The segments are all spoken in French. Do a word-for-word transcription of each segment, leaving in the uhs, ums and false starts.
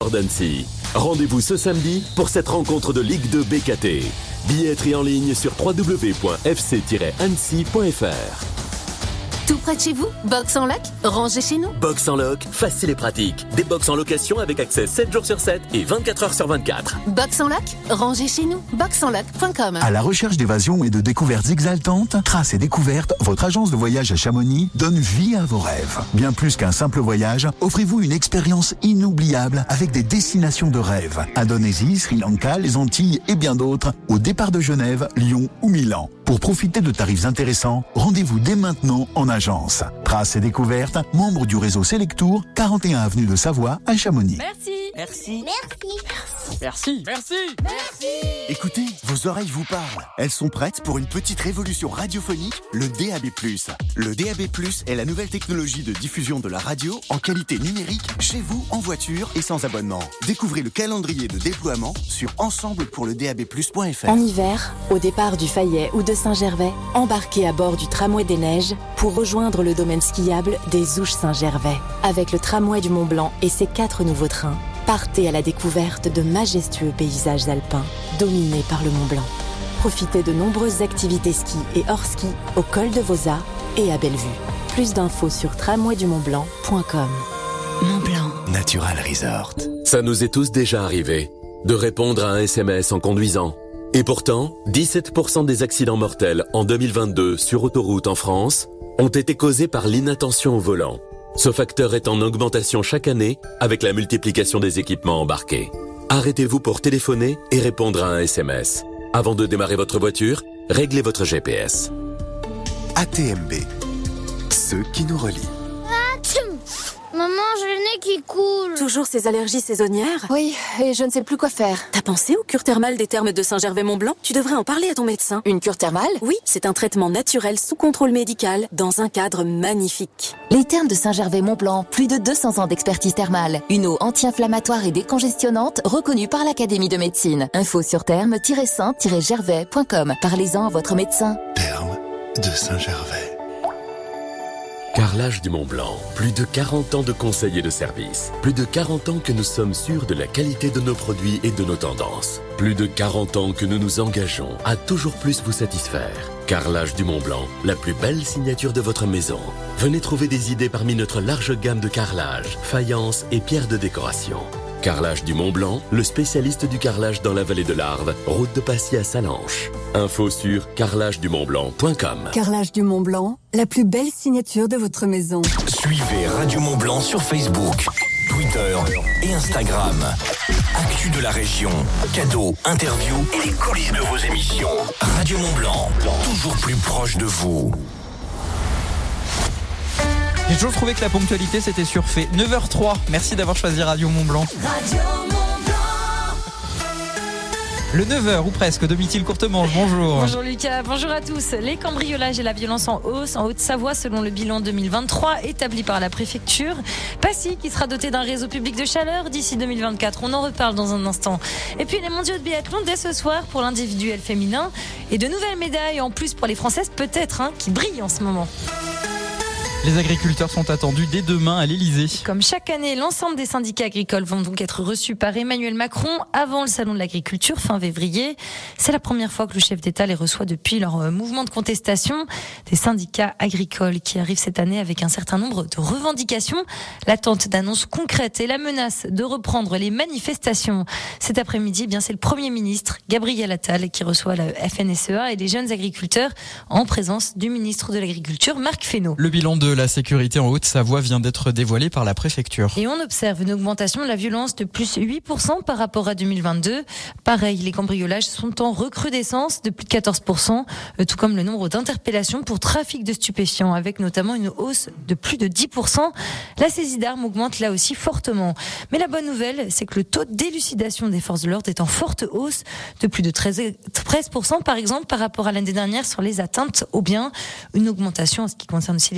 d'Annecy. Rendez-vous ce samedi pour cette rencontre de Ligue deux B K T. Billetterie en ligne sur w w w point f c tiret annecy point f r. Tout près de chez vous? Box en loc? Rangez chez nous. Box en loc, facile et pratique. Des box en location avec accès sept jours sur sept et vingt-quatre heures sur vingt-quatre. Box en loc? Rangez chez nous. box en loc point com. À la recherche d'évasion et de découvertes exaltantes, Traces et Découvertes, votre agence de voyage à Chamonix donne vie à vos rêves. Bien plus qu'un simple voyage, offrez-vous une expérience inoubliable avec des destinations de rêve. Indonésie, Sri Lanka, les Antilles et bien d'autres, au départ de Genève, Lyon ou Milan. Pour profiter de tarifs intéressants, rendez-vous dès maintenant en agence. Traces et Découvertes, membre du réseau Selectour, quarante et un avenue de Savoie à Chamonix. Merci. Merci. Merci. Merci. Merci. Merci. Écoutez, vos oreilles vous parlent. Elles sont prêtes pour une petite révolution radiophonique, le D A B plus. Le D A B plus est la nouvelle technologie de diffusion de la radio en qualité numérique, chez vous, en voiture et sans abonnement. Découvrez le calendrier de déploiement sur ensemble pour le d a b plus point f r. En hiver, au départ du Fayet ou de Saint-Gervais, embarquez à bord du tramway des neiges pour rejoindre le domaine skiable des Ouches Saint-Gervais. Avec le tramway du Mont-Blanc et ses quatre nouveaux trains, partez à la découverte de majestueux paysages alpins dominés par le Mont-Blanc. Profitez de nombreuses activités ski et hors ski au col de Vosa et à Bellevue. Plus d'infos sur tramway du mont blanc point com. Mont-Blanc Natural Resort. Ça nous est tous déjà arrivé de répondre à un S M S en conduisant. Et pourtant, dix-sept pour cent des accidents mortels en deux mille vingt-deux sur autoroute en France ont été causés par l'inattention au volant. Ce facteur est en augmentation chaque année avec la multiplication des équipements embarqués. Arrêtez-vous pour téléphoner et répondre à un S M S. Avant de démarrer votre voiture, réglez votre G P S. A T M B, ceux qui nous relient. Maman, j'ai le nez qui coule. Toujours ces allergies saisonnières? Oui, et je ne sais plus quoi faire. T'as pensé aux cures thermales des thermes de Saint-Gervais-Mont-Blanc? Tu devrais en parler à ton médecin. Une cure thermale? Oui, c'est un traitement naturel sous contrôle médical, dans un cadre magnifique. Les thermes de Saint-Gervais-Mont-Blanc, plus de deux cents ans d'expertise thermale. Une eau anti-inflammatoire et décongestionnante reconnue par l'Académie de médecine. Info sur thermes tiret saint tiret gervais point com. Parlez-en à votre médecin. Thermes de Saint-Gervais. Carrelage du Mont-Blanc, plus de quarante ans de conseils et de services. Plus de quarante ans que nous sommes sûrs de la qualité de nos produits et de nos tendances. Plus de quarante ans que nous nous engageons à toujours plus vous satisfaire. Carrelage du Mont-Blanc, la plus belle signature de votre maison. Venez trouver des idées parmi notre large gamme de carrelage, faïence et pierres de décoration. Carrelage du Mont-Blanc, le spécialiste du carrelage dans la vallée de l'Arve, route de Passy à Salanches. Info sur carrelage du mont blanc point com. Carrelage du Mont-Blanc, la plus belle signature de votre maison. Suivez Radio Mont-Blanc sur Facebook, Twitter et Instagram. Actu de la région, cadeaux, interviews et les coulisses de vos émissions. Radio Mont-Blanc, toujours plus proche de vous. J'ai toujours trouvé que la ponctualité c'était surfait. neuf heures trois, merci d'avoir choisi Radio Mont-Blanc. Radio Mont-Blanc. Le neuf heures ou presque, Domitil Courtemanche, bonjour. Bonjour Lucas, bonjour à tous. Les cambriolages et la violence en hausse en Haute-Savoie selon le bilan deux mille vingt-trois établi par la préfecture. Passy qui sera doté d'un réseau public de chaleur d'ici deux mille vingt-quatre, on en reparle dans un instant. Et puis les mondiaux de biathlon dès ce soir pour l'individuel féminin et de nouvelles médailles en plus pour les Françaises peut-être hein, qui brillent en ce moment. Les agriculteurs sont attendus dès demain à l'Elysée. Comme chaque année, l'ensemble des syndicats agricoles vont donc être reçus par Emmanuel Macron avant le salon de l'agriculture fin février. C'est la première fois que le chef d'État les reçoit depuis leur mouvement de contestation. Des syndicats agricoles qui arrivent cette année avec un certain nombre de revendications. L'attente d'annonces concrètes et la menace de reprendre les manifestations. Cet après-midi, eh bien c'est le Premier ministre Gabriel Attal qui reçoit la F N S E A et les jeunes agriculteurs en présence du ministre de l'Agriculture Marc Fesneau. Le bilan de la sécurité en Haute-Savoie vient d'être dévoilé par la préfecture. Et on observe une augmentation de la violence de plus huit pour cent par rapport à deux mille vingt-deux. Pareil, les cambriolages sont en recrudescence de plus de quatorze pour cent, tout comme le nombre d'interpellations pour trafic de stupéfiants, avec notamment une hausse de plus de dix pour cent. La saisie d'armes augmente là aussi fortement. Mais la bonne nouvelle, c'est que le taux d'élucidation des forces de l'ordre est en forte hausse de plus de treize pour cent par exemple par rapport à l'année dernière sur les atteintes aux biens. Une augmentation en ce qui concerne aussi l'élucidation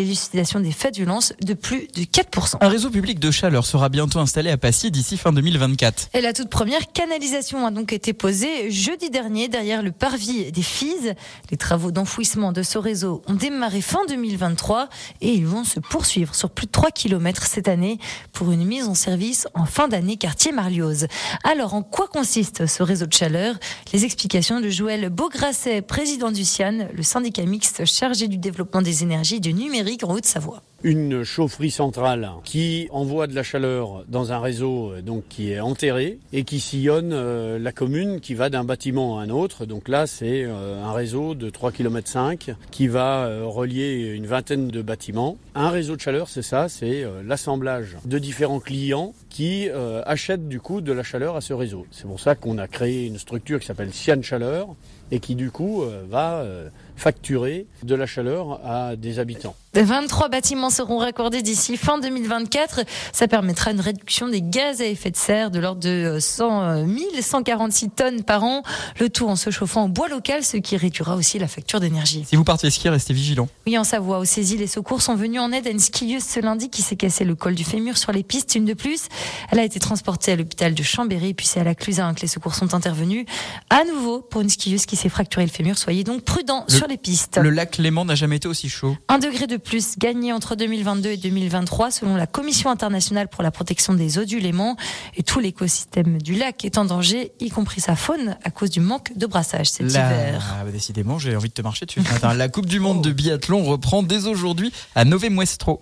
l'organisation des fêtes du Lance de plus de quatre pour cent. Un réseau public de chaleur sera bientôt installé à Passy d'ici fin deux mille vingt-quatre. Et la toute première canalisation a donc été posée jeudi dernier derrière le parvis des Fises. Les travaux d'enfouissement de ce réseau ont démarré fin deux mille vingt-trois et ils vont se poursuivre sur plus de trois kilomètres cette année pour une mise en service en fin d'année quartier Marlioz. Alors, en quoi consiste ce réseau de chaleur ? Les explications de Joël Beaugrasset, président du C I A N, le syndicat mixte chargé du développement des énergies et du numérique en Haute-Savoie. Une chaufferie centrale qui envoie de la chaleur dans un réseau donc qui est enterré et qui sillonne euh, la commune, qui va d'un bâtiment à un autre. Donc là, c'est euh, un réseau de trois virgule cinq kilomètres qui va euh, relier une vingtaine de bâtiments. Un réseau de chaleur, c'est ça, c'est euh, l'assemblage de différents clients qui euh, achètent du coup de la chaleur à ce réseau. C'est pour ça qu'on a créé une structure qui s'appelle C I A N Chaleur et qui du coup euh, va euh, facturer de la chaleur à des habitants. vingt-trois bâtiments seront raccordés d'ici fin deux mille vingt-quatre. Ça permettra une réduction des gaz à effet de serre de l'ordre de cent, mille cent quarante-six tonnes par an. Le tout en se chauffant au bois local, ce qui réduira aussi la facture d'énergie. Si vous partez skier, restez vigilants. Oui, en Savoie, au Césil, les secours sont venus en aide à une skieuse ce lundi qui s'est cassé le col du fémur sur les pistes, une de plus. Elle a été transportée à l'hôpital de Chambéry, puis c'est à la Cluzin que les secours sont intervenus. À nouveau, pour une skieuse qui s'est fracturé le fémur, soyez donc prudents le, sur les pistes. Le lac Léman n'a jamais été aussi chaud. Un degré de plus gagné entre deux mille vingt-deux et deux mille vingt-trois selon la Commission internationale pour la protection des eaux du Léman. Et tout l'écosystème du lac est en danger, y compris sa faune, à cause du manque de brassage cet la... hiver. Ah bah décidément, j'ai envie de te marcher dessus ce matin. La Coupe du Monde oh. de biathlon reprend dès aujourd'hui à Nové Mesto.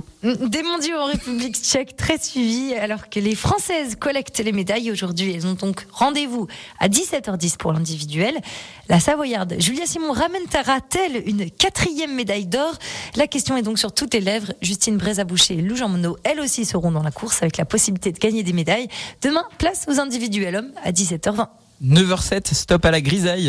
Des mondiaux en République tchèque très suivis, alors que les Françaises collectent les médailles aujourd'hui. Elles ont donc rendez-vous à dix-sept heures dix pour l'individuel. La Savoyarde Julia Simon ramènera-t-elle une quatrième médaille d'or ? La question est donc sur toutes les lèvres. Justine Brézaboucher et Lou Jean Monod, elles aussi seront dans la course avec la possibilité de gagner des médailles. Demain, place aux individuels hommes à dix-sept heures vingt. neuf heures zéro sept, stop à la grisaille.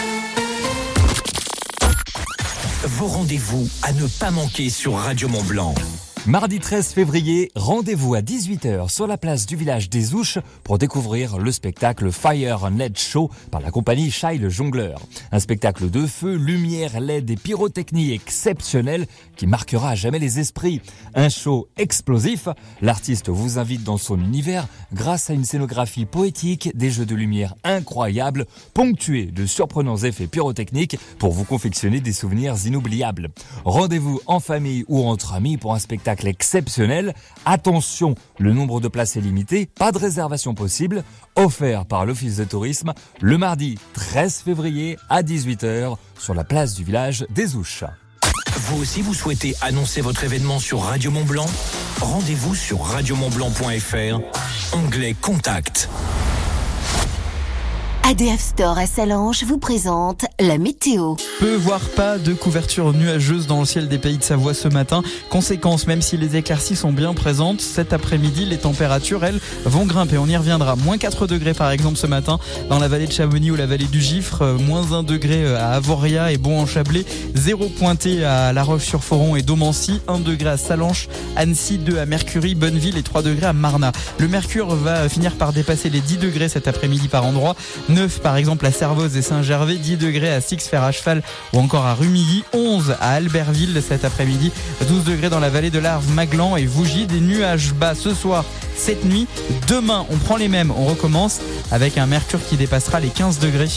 Vos rendez-vous à ne pas manquer sur Radio Mont-Blanc. Mardi treize février, rendez-vous à dix-huit heures sur la place du village des Ouches pour découvrir le spectacle Fire and L E D Show par la compagnie Shai le Jongleur. Un spectacle de feu, lumière, L E D et pyrotechnie exceptionnel qui marquera à jamais les esprits. Un show explosif, l'artiste vous invite dans son univers grâce à une scénographie poétique, des jeux de lumière incroyables, ponctués de surprenants effets pyrotechniques pour vous confectionner des souvenirs inoubliables. Rendez-vous en famille ou entre amis pour un spectacle exceptionnel. Attention, le nombre de places est limité, pas de réservation possible, offert par l'Office de tourisme le mardi treize février à dix-huit heures sur la place du village des Ouches. Vous aussi vous souhaitez annoncer votre événement sur Radio Mont-Blanc ? Rendez-vous sur radio mont blanc point f r, onglet Contact. A D F Store à Sallanches vous présente la météo. Peu voire pas de couverture nuageuse dans le ciel des Pays de Savoie ce matin. Conséquence, même si les éclaircies sont bien présentes, cet après-midi, les températures, elles, vont grimper. On y reviendra. moins quatre degrés par exemple ce matin dans la vallée de Chamonix ou la vallée du Gifre. moins un degré à Avoria et Bon-en-Chablais. zéro pointé à La Roche-sur-Foron et Domancy. un degré à Sallanches, Annecy, deux à Mercury, Bonneville et trois degrés à Marnat. Le mercure va finir par dépasser les dix degrés cet après-midi par endroit. neuf par exemple à Servoz et Saint-Gervais, dix degrés à Six-Fer à Cheval ou encore à Rumilly, onze à Albertville cet après-midi, douze degrés dans la vallée de l'Arve, Maglan et Vougy. Des nuages bas ce soir, cette nuit. Demain, on prend les mêmes, on recommence avec un mercure qui dépassera les quinze degrés.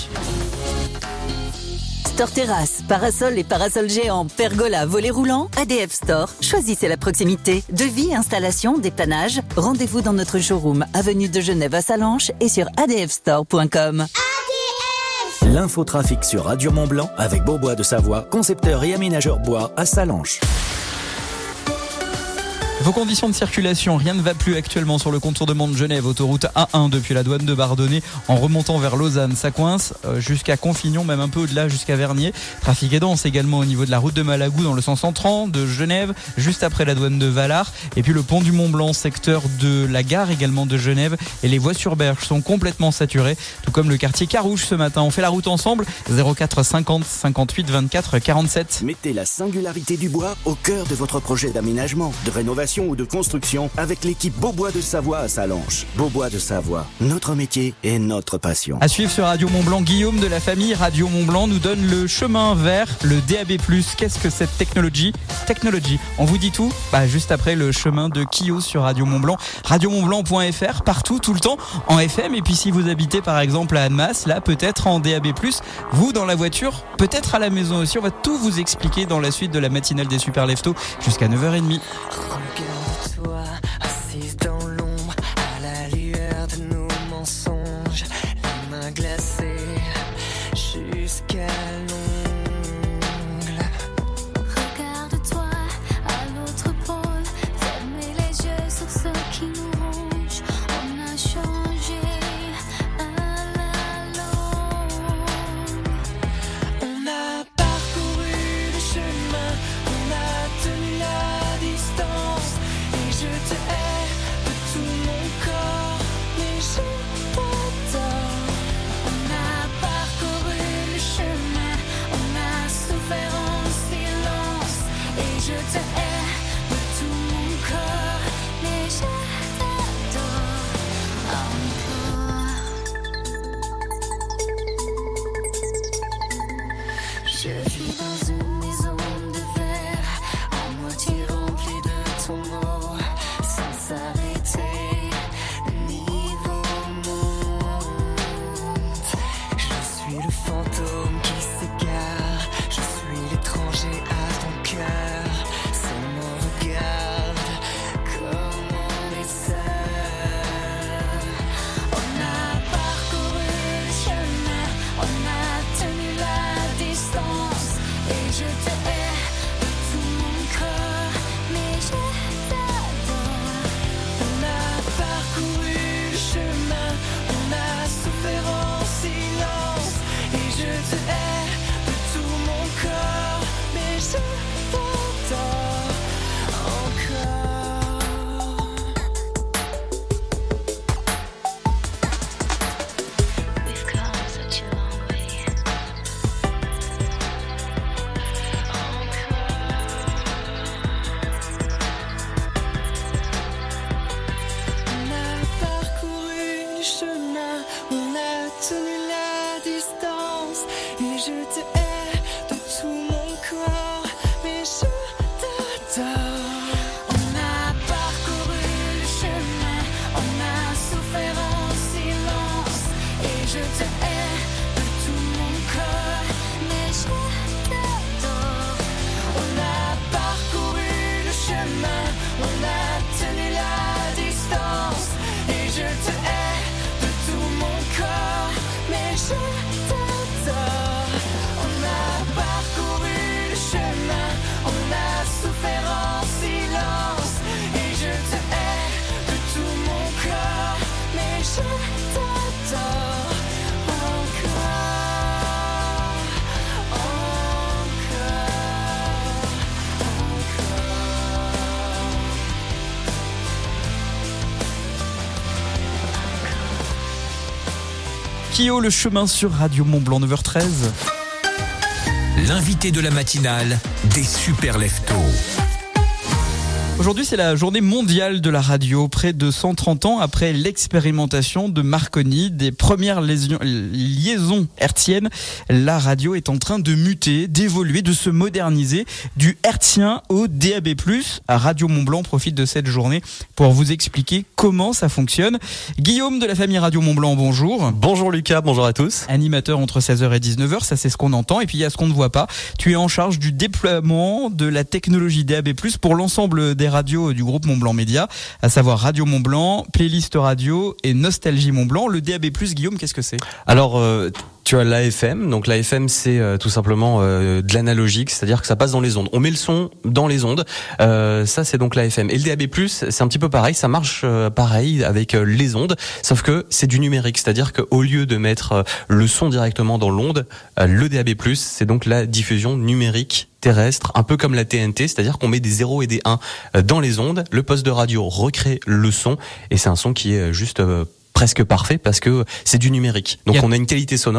Store terrasse, parasol et parasol géant, pergola, volet roulant, A D F Store. Choisissez la proximité. Devis, installation, dépannage. Rendez-vous dans notre showroom, avenue de Genève à Sallanches et sur a d f store point com. L'infotrafic sur Radio Mont-Blanc avec Beaubois de Savoie, concepteur et aménageur bois à Sallanches. Vos conditions de circulation, rien ne va plus actuellement sur le contournement de Genève, autoroute A un depuis la douane de Bardonnay en remontant vers Lausanne. Ça coince euh, jusqu'à Confignon, même un peu au-delà jusqu'à Vernier. Trafic est dense également au niveau de la route de Malagou dans le sens entrant de Genève, juste après la douane de Valard. Et puis le pont du Mont-Blanc, secteur de la gare également de Genève. Et les voies sur berge sont complètement saturées, tout comme le quartier Carouge ce matin. On fait la route ensemble, zéro quatre cinquante cinquante-huit vingt-quatre quarante-sept. Mettez la singularité du bois au cœur de votre projet d'aménagement, de rénovation rénovation ou de construction avec l'équipe Beaubois de Savoie à Sallanches. Beaubois de Savoie, notre métier et notre passion. À suivre sur Radio Mont-Blanc, Guillaume de la famille Radio Mont-Blanc nous donne le chemin vers le D A B plus. Qu'est-ce que cette technologie Technologie. On vous dit tout bah, juste après le chemin de Kyo sur Radio Mont-Blanc. radio mont blanc point f r, partout, tout le temps, en F M. Et puis si vous habitez par exemple à Annemasse, là peut-être en D A B plus. Vous dans la voiture, peut-être à la maison aussi. On va tout vous expliquer dans la suite de la matinale des Super Leftos jusqu'à neuf heures trente. Regarde-toi, assise dans l'ombre, à la lueur de nos mensonges, les mains glacées jusqu'à l'ongle. Regarde-toi à l'autre pôle, fermez les yeux sur ce qui nous ronge. On a changé à la longue. On a parcouru le chemin, on a tenu la distance, et je te hais de tout mon corps, mais je t'adore. On a parcouru le chemin, on a souffert en silence, et je te hais de tout mon corps, mais je t'adore encore. Je vis dans une maison de verre, à moitié remplie de ton mot, sans s'arrêter, le niveau monte. Je suis le fantôme qui s'égare, je suis l'étranger à ton cœur. Seulement regarde comme on est seul. On a parcouru le chemin, on a tenu la distance, et je te hais de tout mon corps, mais je t'adore. On a parcouru le chemin, on a souffert en silence, et je te hais de tout mon corps, mais je t'adore encore. We've come such a long way. On a parcouru le chemin, on a tenu la distance, et je te hais de tout mon corps, mais je t'adore. On a parcouru le chemin, on a souffert en silence, et je te hais de tout mon corps, mais je t'adore. On a parcouru le chemin, on a tenu la distance, et je te hais de tout mon corps, mais je t'adore. On a parcouru le chemin, on a souffert en silence, et je te hais de tout mon corps, mais je t'adore encore, encore, Kyo, le chemin sur Radio Mont-Blanc, neuf heures treize. L'invité de la matinale des Super Leftos. Aujourd'hui, c'est la journée mondiale de la radio. Près de cent trente ans après l'expérimentation de Marconi, des premières liaisons, liaisons hertziennes, la radio est en train de muter, d'évoluer, de se moderniser du hertzien au D A B plus. Radio Mont-Blanc profite de cette journée pour vous expliquer comment ça fonctionne. Guillaume de la famille Radio Mont-Blanc, bonjour. Bonjour Lucas, bonjour à tous. Animateur entre seize heures et dix-neuf heures, ça c'est ce qu'on entend. Et puis il y a ce qu'on ne voit pas. Tu es en charge du déploiement de la technologie D A B plus pour l'ensemble des radios du groupe Mont-Blanc Média, à savoir Radio Mont-Blanc, Playlist Radio et Nostalgie Mont-Blanc. Le D A B plus, Guillaume, qu'est-ce que c'est ? Alors, euh, tu as l'A F M. Donc l'A F M, c'est euh, tout simplement euh, de l'analogique, c'est-à-dire que ça passe dans les ondes. On met le son dans les ondes. Euh, ça, c'est donc l'A F M. Et le D A B plus, c'est un petit peu pareil. Ça marche euh, pareil avec euh, les ondes, sauf que c'est du numérique. C'est-à-dire qu'au lieu de mettre euh, le son directement dans l'onde, euh, le D A B plus, c'est donc la diffusion numérique terrestre, un peu comme la T N T, c'est-à-dire qu'on met des zéros et des un dans les ondes, le poste de radio recrée le son, et c'est un son qui est juste euh, presque parfait parce que c'est du numérique. Donc a... on a une qualité sonore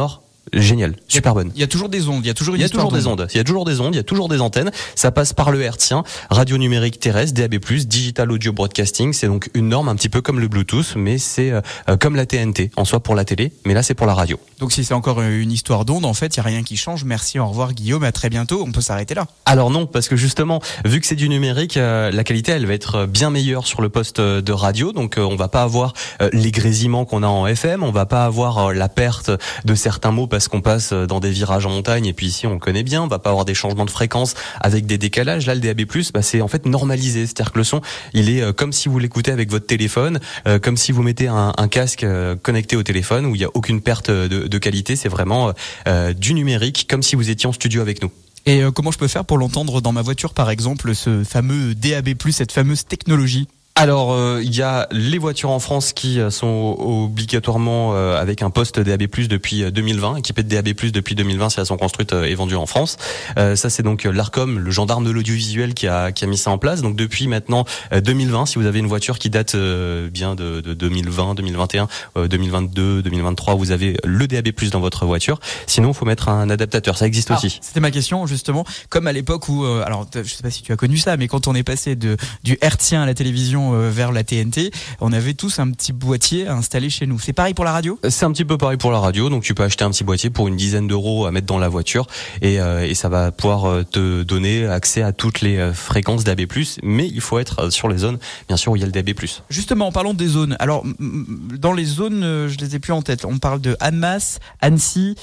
géniale, super bonne. Il y a toujours des ondes, il y a toujours une Il y a histoire toujours des d'ondes. ondes, il y a toujours des ondes, il y a toujours des antennes. Ça passe par le hertzien, radio numérique terrestre, D A B plus, digital audio broadcasting. C'est donc une norme un petit peu comme le Bluetooth, mais c'est euh, comme la T N T, en soi pour la télé, mais là c'est pour la radio. Donc si c'est encore une histoire d'ondes, en fait, il y a rien qui change. Merci, au revoir Guillaume, à très bientôt. On peut s'arrêter là. Alors non, parce que justement, vu que c'est du numérique, euh, la qualité elle va être bien meilleure sur le poste de radio. Donc euh, on va pas avoir euh, les grésillements qu'on a en F M, on va pas avoir euh, la perte de certains mots parce qu'on passe dans des virages en montagne, et puis ici on le connaît bien, on va pas avoir des changements de fréquence avec des décalages. Là le D A B plus, bah, c'est en fait normalisé, c'est-à-dire que le son il est euh, comme si vous l'écoutez avec votre téléphone, euh, comme si vous mettez un, un casque euh, connecté au téléphone où il y a aucune perte de, de qualité. C'est vraiment euh, du numérique, comme si vous étiez en studio avec nous. Et euh, comment je peux faire pour l'entendre dans ma voiture, par exemple, ce fameux D A B plus, cette fameuse technologie? Alors, euh, il y a les voitures en France qui sont obligatoirement euh, avec un poste D A B plus depuis deux mille vingt, équipées de D A B plus depuis deux mille vingt si elles sont construites et vendues en France. Euh, ça, c'est donc l'Arcom, le gendarme de l'audiovisuel, qui a, qui a mis ça en place. Donc, depuis maintenant deux mille vingt, si vous avez une voiture qui date euh, bien de, de deux mille vingt, deux mille vingt et un, euh, deux mille vingt-deux, deux mille vingt-trois, vous avez le D A B plus dans votre voiture. Sinon, il faut mettre un adaptateur. Ça existe ah, aussi. C'était ma question, justement. Comme à l'époque où, euh, alors, je sais pas si tu as connu ça, mais quand on est passé de du hertzien à la télévision vers la T N T, on avait tous un petit boîtier à installer chez nous. C'est pareil pour la radio ? C'est un petit peu pareil pour la radio, donc tu peux acheter un petit boîtier pour une dizaine d'euros à mettre dans la voiture et, euh, et ça va pouvoir te donner accès à toutes les fréquences D A B plus, mais il faut être sur les zones, bien sûr, où il y a le D A B plus. Justement, en parlant des zones, alors dans les zones, je les ai plus en tête, on parle de Annemasse, Annecy,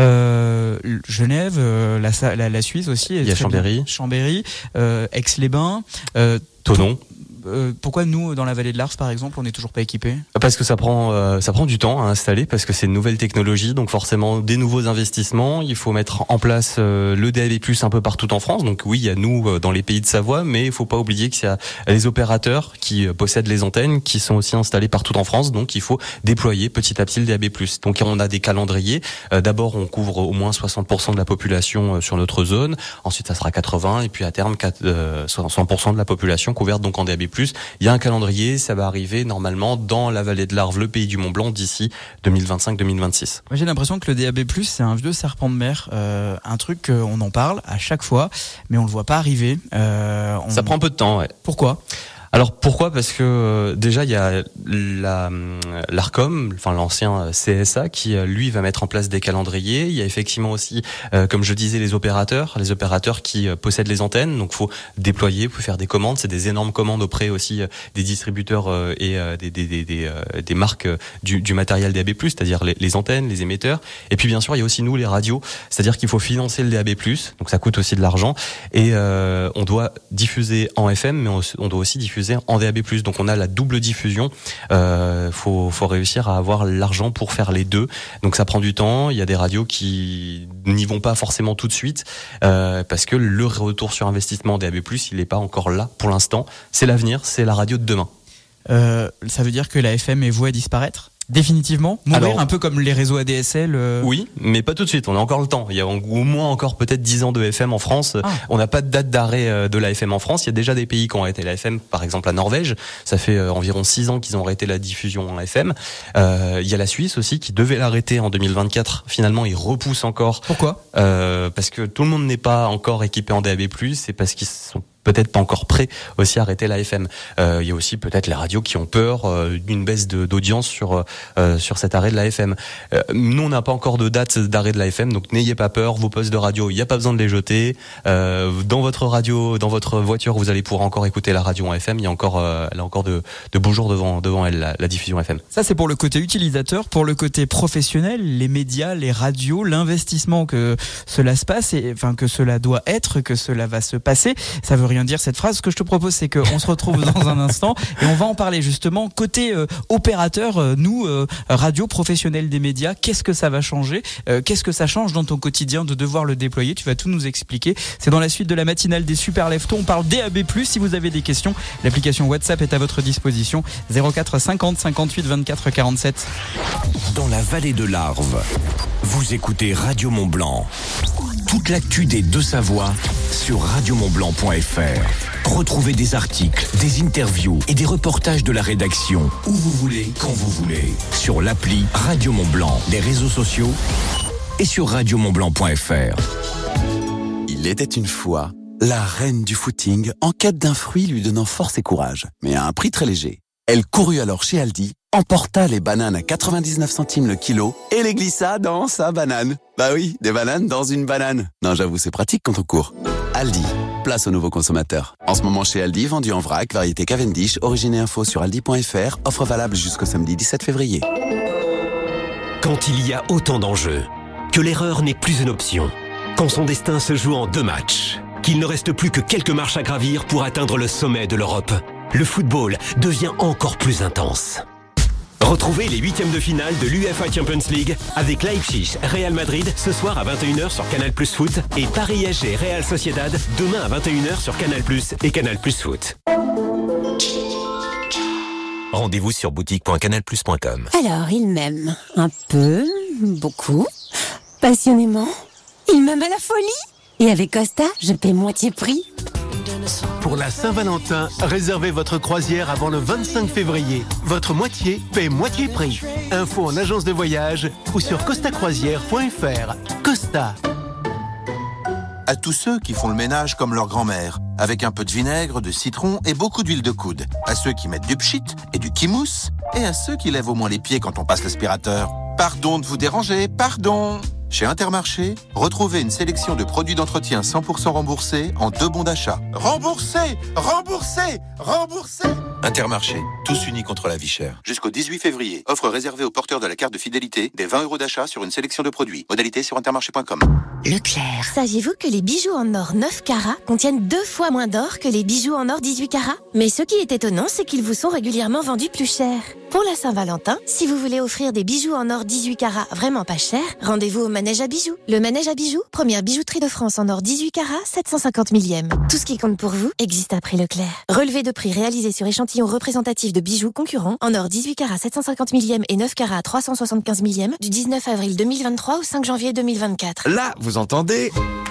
euh, Genève, euh, la, la, la Suisse aussi. Il y a Chambéry. Bien. Chambéry, euh, Aix-les-Bains, euh, Thonon. Euh, pourquoi nous, dans la vallée de l'Ars, par exemple, on n'est toujours pas équipés ? Parce que ça prend, euh, ça prend du temps à installer, parce que c'est une nouvelle technologie, donc forcément des nouveaux investissements. Il faut mettre en place euh, le D A B plus un peu partout en France. Donc oui, il y a nous euh, dans les pays de Savoie, mais il faut pas oublier qu'il y a les opérateurs qui euh, possèdent les antennes, qui sont aussi installés partout en France. Donc il faut déployer petit à petit le D A B plus. Donc on a des calendriers. Euh, d'abord, on couvre au moins soixante pour cent de la population euh, sur notre zone. Ensuite, ça sera quatre-vingts, et puis à terme, cent pour cent de la population couverte donc en D A B plus. Il y a un calendrier, ça va arriver normalement dans la vallée de l'Arve, le pays du Mont Blanc, d'ici deux mille vingt-cinq deux mille vingt-six. Moi, j'ai l'impression que le D A B plus, c'est un vieux serpent de mer, euh, un truc on en parle à chaque fois, mais on le voit pas arriver. Euh, on... Ça prend un peu de temps, ouais. Pourquoi ? Alors pourquoi ? Parce que euh, déjà il y a la l'Arcom, enfin l'ancien C S A, qui euh, lui va mettre en place des calendriers. Il y a effectivement aussi, euh, comme je disais, les opérateurs, les opérateurs qui euh, possèdent les antennes. Donc faut déployer, faut faire des commandes. C'est des énormes commandes auprès aussi euh, des distributeurs euh, et euh, des des des des, euh, des marques euh, du, du matériel D A B plus, c'est-à-dire les, les antennes, les émetteurs. Et puis bien sûr il y a aussi nous les radios, c'est-à-dire qu'il faut financer le D A B plus. Donc ça coûte aussi de l'argent et euh, on doit diffuser en F M, mais on, on doit aussi diffuser en D A B plus, donc on a la double diffusion. Euh, faut, faut réussir à avoir l'argent pour faire les deux. Donc ça prend du temps. Il y a des radios qui n'y vont pas forcément tout de suite euh, parce que le retour sur investissement D A B plus, il n'est pas encore là pour l'instant. C'est l'avenir, c'est la radio de demain. Euh, ça veut dire que la F M est vouée à disparaître ? Définitivement mourir, alors, un peu comme les réseaux A D S L euh... Oui, mais pas tout de suite, on a encore le temps. Il y a au moins encore peut-être dix ans de F M en France. Ah. On n'a pas de date d'arrêt de la F M en France. Il y a déjà des pays qui ont arrêté la F M, par exemple la Norvège. Ça fait environ six ans qu'ils ont arrêté la diffusion en F M. Euh, il y a la Suisse aussi qui devait l'arrêter en deux mille vingt-quatre. Finalement, ils repoussent encore. Pourquoi ? euh, Parce que tout le monde n'est pas encore équipé en D A B plus, c'est parce qu'ils sont peut-être pas encore prêt aussi à arrêter la F M. Euh, il y a aussi peut-être les radios qui ont peur euh, d'une baisse de, d'audience sur euh, sur cet arrêt de la F M. Euh, nous, on n'a pas encore de date d'arrêt de la F M, donc n'ayez pas peur. Vos postes de radio, il n'y a pas besoin de les jeter. Euh, dans votre radio, dans votre voiture, vous allez pouvoir encore écouter la radio en F M. Il y a encore, euh, elle a encore de, de beaux jours devant devant elle, la, la diffusion F M. Ça, c'est pour le côté utilisateur. Pour le côté professionnel, les médias, les radios, l'investissement que cela se passe, et enfin que cela doit être, que cela va se passer. Ça veut rien dire cette phrase. Ce que je te propose, c'est qu'on se retrouve dans un instant et on va en parler justement côté euh, opérateur, euh, nous euh, radio professionnels des médias. Qu'est-ce que ça va changer ? euh, Qu'est-ce que ça change dans ton quotidien de devoir le déployer ? Tu vas tout nous expliquer. C'est dans la suite de la matinale des Super Leftos. On parle D A B plus. Si vous avez des questions, l'application WhatsApp est à votre disposition. zéro quatre cinquante cinquante-huit vingt-quatre quarante-sept. Dans la vallée de l'Arve, vous écoutez Radio Mont Blanc. Toute l'actu des Deux-Savoies sur radio mont blanc point f r. Retrouvez des articles, des interviews et des reportages de la rédaction où vous voulez, quand vous voulez. Sur l'appli Radio Mont Blanc, les réseaux sociaux et sur radio mont blanc point f r. Il était une fois la reine du footing en quête d'un fruit lui donnant force et courage, mais à un prix très léger. Elle courut alors chez Aldi, emporta les bananes à quatre-vingt-dix-neuf centimes le kilo et les glissa dans sa banane. Bah oui, des bananes dans une banane. Non, j'avoue, c'est pratique quand on court. Aldi, place aux nouveaux consommateurs. En ce moment chez Aldi, vendu en vrac, variété Cavendish, origine et info sur aldi point f r, offre valable jusqu'au samedi dix-sept février. Quand il y a autant d'enjeux, que l'erreur n'est plus une option, quand son destin se joue en deux matchs, qu'il ne reste plus que quelques marches à gravir pour atteindre le sommet de l'Europe, le football devient encore plus intense. Retrouvez les huitièmes de finale de l'UEFA Champions League avec Leipzig Real Madrid ce soir à vingt et une heures sur Canal Plus Foot et Paris S G Real Sociedad demain à vingt et une heures sur Canal Plus et Canal Plus Foot. Rendez-vous sur boutique point canal plus point com. Alors, il m'aime un peu, beaucoup, passionnément. Il m'aime à la folie. Et avec Costa, je paie moitié prix. Pour la Saint-Valentin, réservez votre croisière avant le vingt-cinq février. Votre moitié paie moitié prix. Info en agence de voyage ou sur costa croisière point f r. Costa. À tous ceux qui font le ménage comme leur grand-mère, avec un peu de vinaigre, de citron et beaucoup d'huile de coude. À ceux qui mettent du pchit et du kimousse. Et à ceux qui lèvent au moins les pieds quand on passe l'aspirateur. Pardon de vous déranger, pardon. Chez Intermarché, retrouvez une sélection de produits d'entretien cent pour cent remboursés en deux bons d'achat. Remboursés, remboursés, remboursés. Intermarché, tous unis contre la vie chère. Jusqu'au dix-huit février, offre réservée aux porteurs de la carte de fidélité des vingt euros d'achat sur une sélection de produits. Modalité sur intermarché point com. Leclerc. Saviez-vous que les bijoux en or neuf carats contiennent deux fois moins d'or que les bijoux en or dix-huit carats? Mais ce qui est étonnant, c'est qu'ils vous sont régulièrement vendus plus cher. Pour la Saint-Valentin, si vous voulez offrir des bijoux en or dix-huit carats vraiment pas cher, rendez-vous au Manège à bijoux. Le Manège à bijoux, première bijouterie de France en or dix-huit carats, sept cent cinquante millième. Tout ce qui compte pour vous existe à prix Leclerc. Relevé de prix réalisé sur échantillon représentatif de bijoux concurrents en or dix-huit carats, sept cent cinquante millième et neuf carats, trois cent soixante-quinze millième du dix-neuf avril deux mille vingt-trois au cinq janvier deux mille vingt-quatre. Là, vous entendez ?